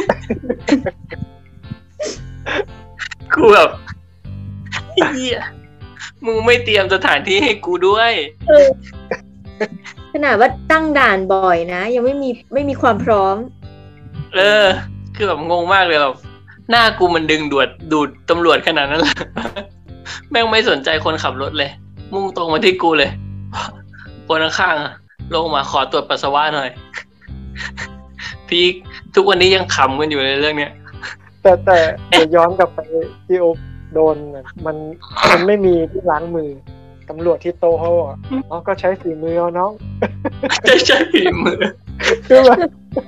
Speaker 2: กูแบบเหี้ยมึงไม่เตรียมสถานที่ให้กูด้วย
Speaker 4: ขนาดว่าตั้งด่านบ่อยนะยังไม่มีความพร้อม
Speaker 2: คือแบบงงมากเลยแบบหน้ากูมันดึงดูดตำรวจขนาดนั้นเลยแม่งไม่สนใจคนขับรถเลยมุ่งตรงมาที่กูเลยคนข้างๆลงมาขอตรวจปัสสาวะหน่อยพี่ทุกวันนี้ยังขำกันอยู่ในเรื่องเนี้ย
Speaker 1: แต่ย้อนกลับไปที่โอ๊คโดนมันไม่มีที่ล้างมือตำรวจที่โตเขาก็ใช้ฝีมือเอาน้อง
Speaker 2: ใช้ฝีมือ
Speaker 1: คือแบบ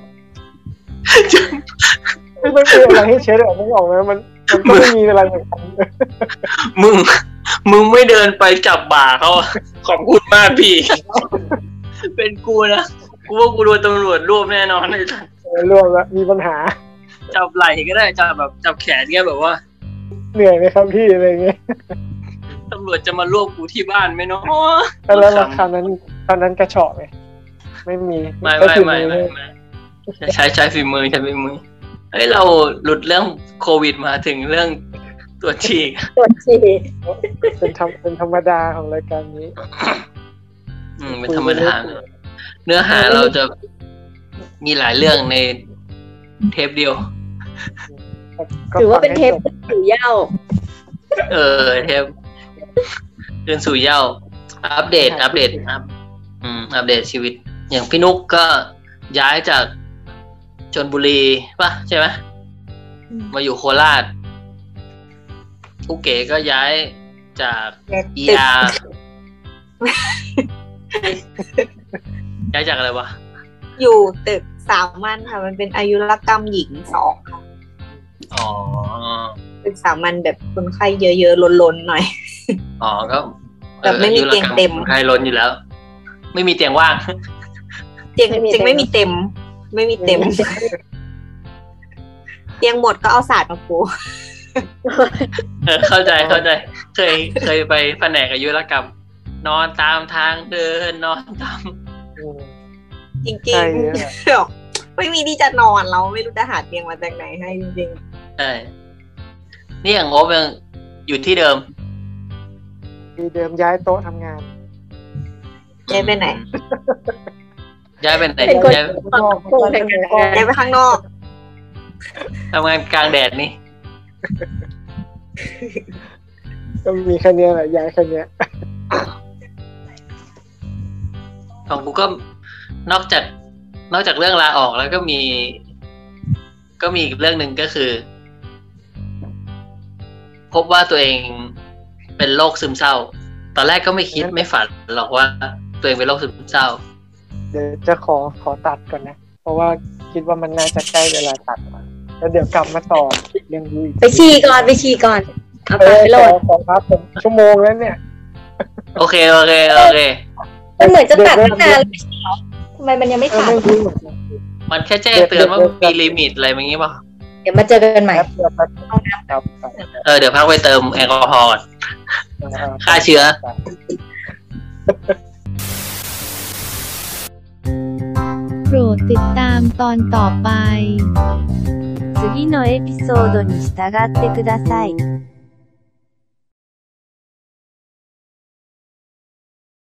Speaker 1: ไม่มีอะไรให้เช็ดไม่ออกนะมันก็ไม่มีอะไรเหมือนกัน
Speaker 2: มึงไม่เดินไปจับบ่าเขาขอบคุณมากพี่เป็นกูนะกูว่ากูโดนตำรวจรวบแน่นอนเลย
Speaker 1: รวบแล้วมีปัญหา
Speaker 2: จับไหล่ก็ได้จับแขนก็แบบว่า
Speaker 1: เหนื่อยไหมครับพี่อะไรเงี้ย
Speaker 2: ตำรวจจะมารวบกูที่บ้านไหมเนาะ
Speaker 1: แล้วคราวนั้นกระเฉาะไหมไม่มี
Speaker 2: ไม่ใช้ฝีมือเฮ้ยเราหลุดเรื่องโควิดมาถึงเรื่องตรวจฉี่
Speaker 1: เป็นธรรมดาของรายการนี้
Speaker 2: เป็นธรรมดาเนื้อหาเราจะมีหลายเรื่องในเทปเดียว
Speaker 4: ถือว่าเป็นเทปสู่เหย้า
Speaker 2: เทปเดินสู่เหย้าอัปเดตอัปเดตชีวิตอย่างพี่นุ๊กก็ย้ายจากชลบุรีป่ะใช่ไหมมาอยู่โคราชผู้เก๋ก็ย้ายจากย้ายจากอะไรวะ
Speaker 3: อยู่ตึก3 วันค่ะมันเป็นอายุรกรรมหญิง2ค่ะ
Speaker 2: อ๋อ
Speaker 3: ตึกสามัญแบบคนไข้เยอะๆล้นๆหน่อย
Speaker 2: อ๋อก็
Speaker 3: แบบไม่มีเตียงเต็ม
Speaker 2: คนไข้ล้นอยู่แล้ว ไม่มีเตียงว่าง
Speaker 3: เตียงไม่มีเต็มไม่มีเต็มเตียงหมดก็เอาศาสตร์มาปู
Speaker 2: เข้าใจเคยไปแผนกอายุรกรรมนอนตามทางเดินนอนตาม
Speaker 3: จริงๆไม่มีที่จะนอนเราไม่รู้จะหาเตียงมาจากไหนให้จริง
Speaker 2: ๆใช่นี่อย่างโอ๊บยังอยู่ที่เดิม
Speaker 1: ย้ายโต๊ะทำงาน
Speaker 3: ย้ายไปไหน
Speaker 2: ย้ายไปไหนย้
Speaker 3: ายไปข้างนอก
Speaker 2: ทำงานกลางแดดนี่
Speaker 1: ก็มีแค่นี้แหละย้ายแค่นี้
Speaker 2: ของกูก็นอกจากเรื่องลาออกแล้วก็มีอีกเรื่องหนึ่งก็คือพบว่าตัวเองเป็นโรคซึมเศร้าตอนแรกก็ไม่คิดไม่ฝันหรอกว่าตัวเองเป็นโรคซึมเศร้า
Speaker 1: เดี๋ยวจะขอตัดก่อนนะเพราะว่าคิดว่ามันน่าจะใกล้เวลาตัดแล้วเดี๋ยวกลับมาต่อเรื่องนี้
Speaker 4: ไปฉี่ก่อนเอาไปโหลด
Speaker 1: ครับผมชั่วโมงแล้วเนี่ย
Speaker 2: โอเค
Speaker 4: มันเหมือนจะตัดตั้งนานแล้วทำไมมันยังไม่ตัด
Speaker 2: มันแค่แจ้งเตือนว่ามีลิมิตอะไรอย่างงี้ป่ะ
Speaker 4: เดี๋ยวมาเจอกันใหม่
Speaker 2: เดี๋ยวพักไปเติมแอลกอฮอล์ฆ่าเชื้อ
Speaker 5: โปรดติดตามตอนต่อไป
Speaker 6: 次のエピソードに従ってください。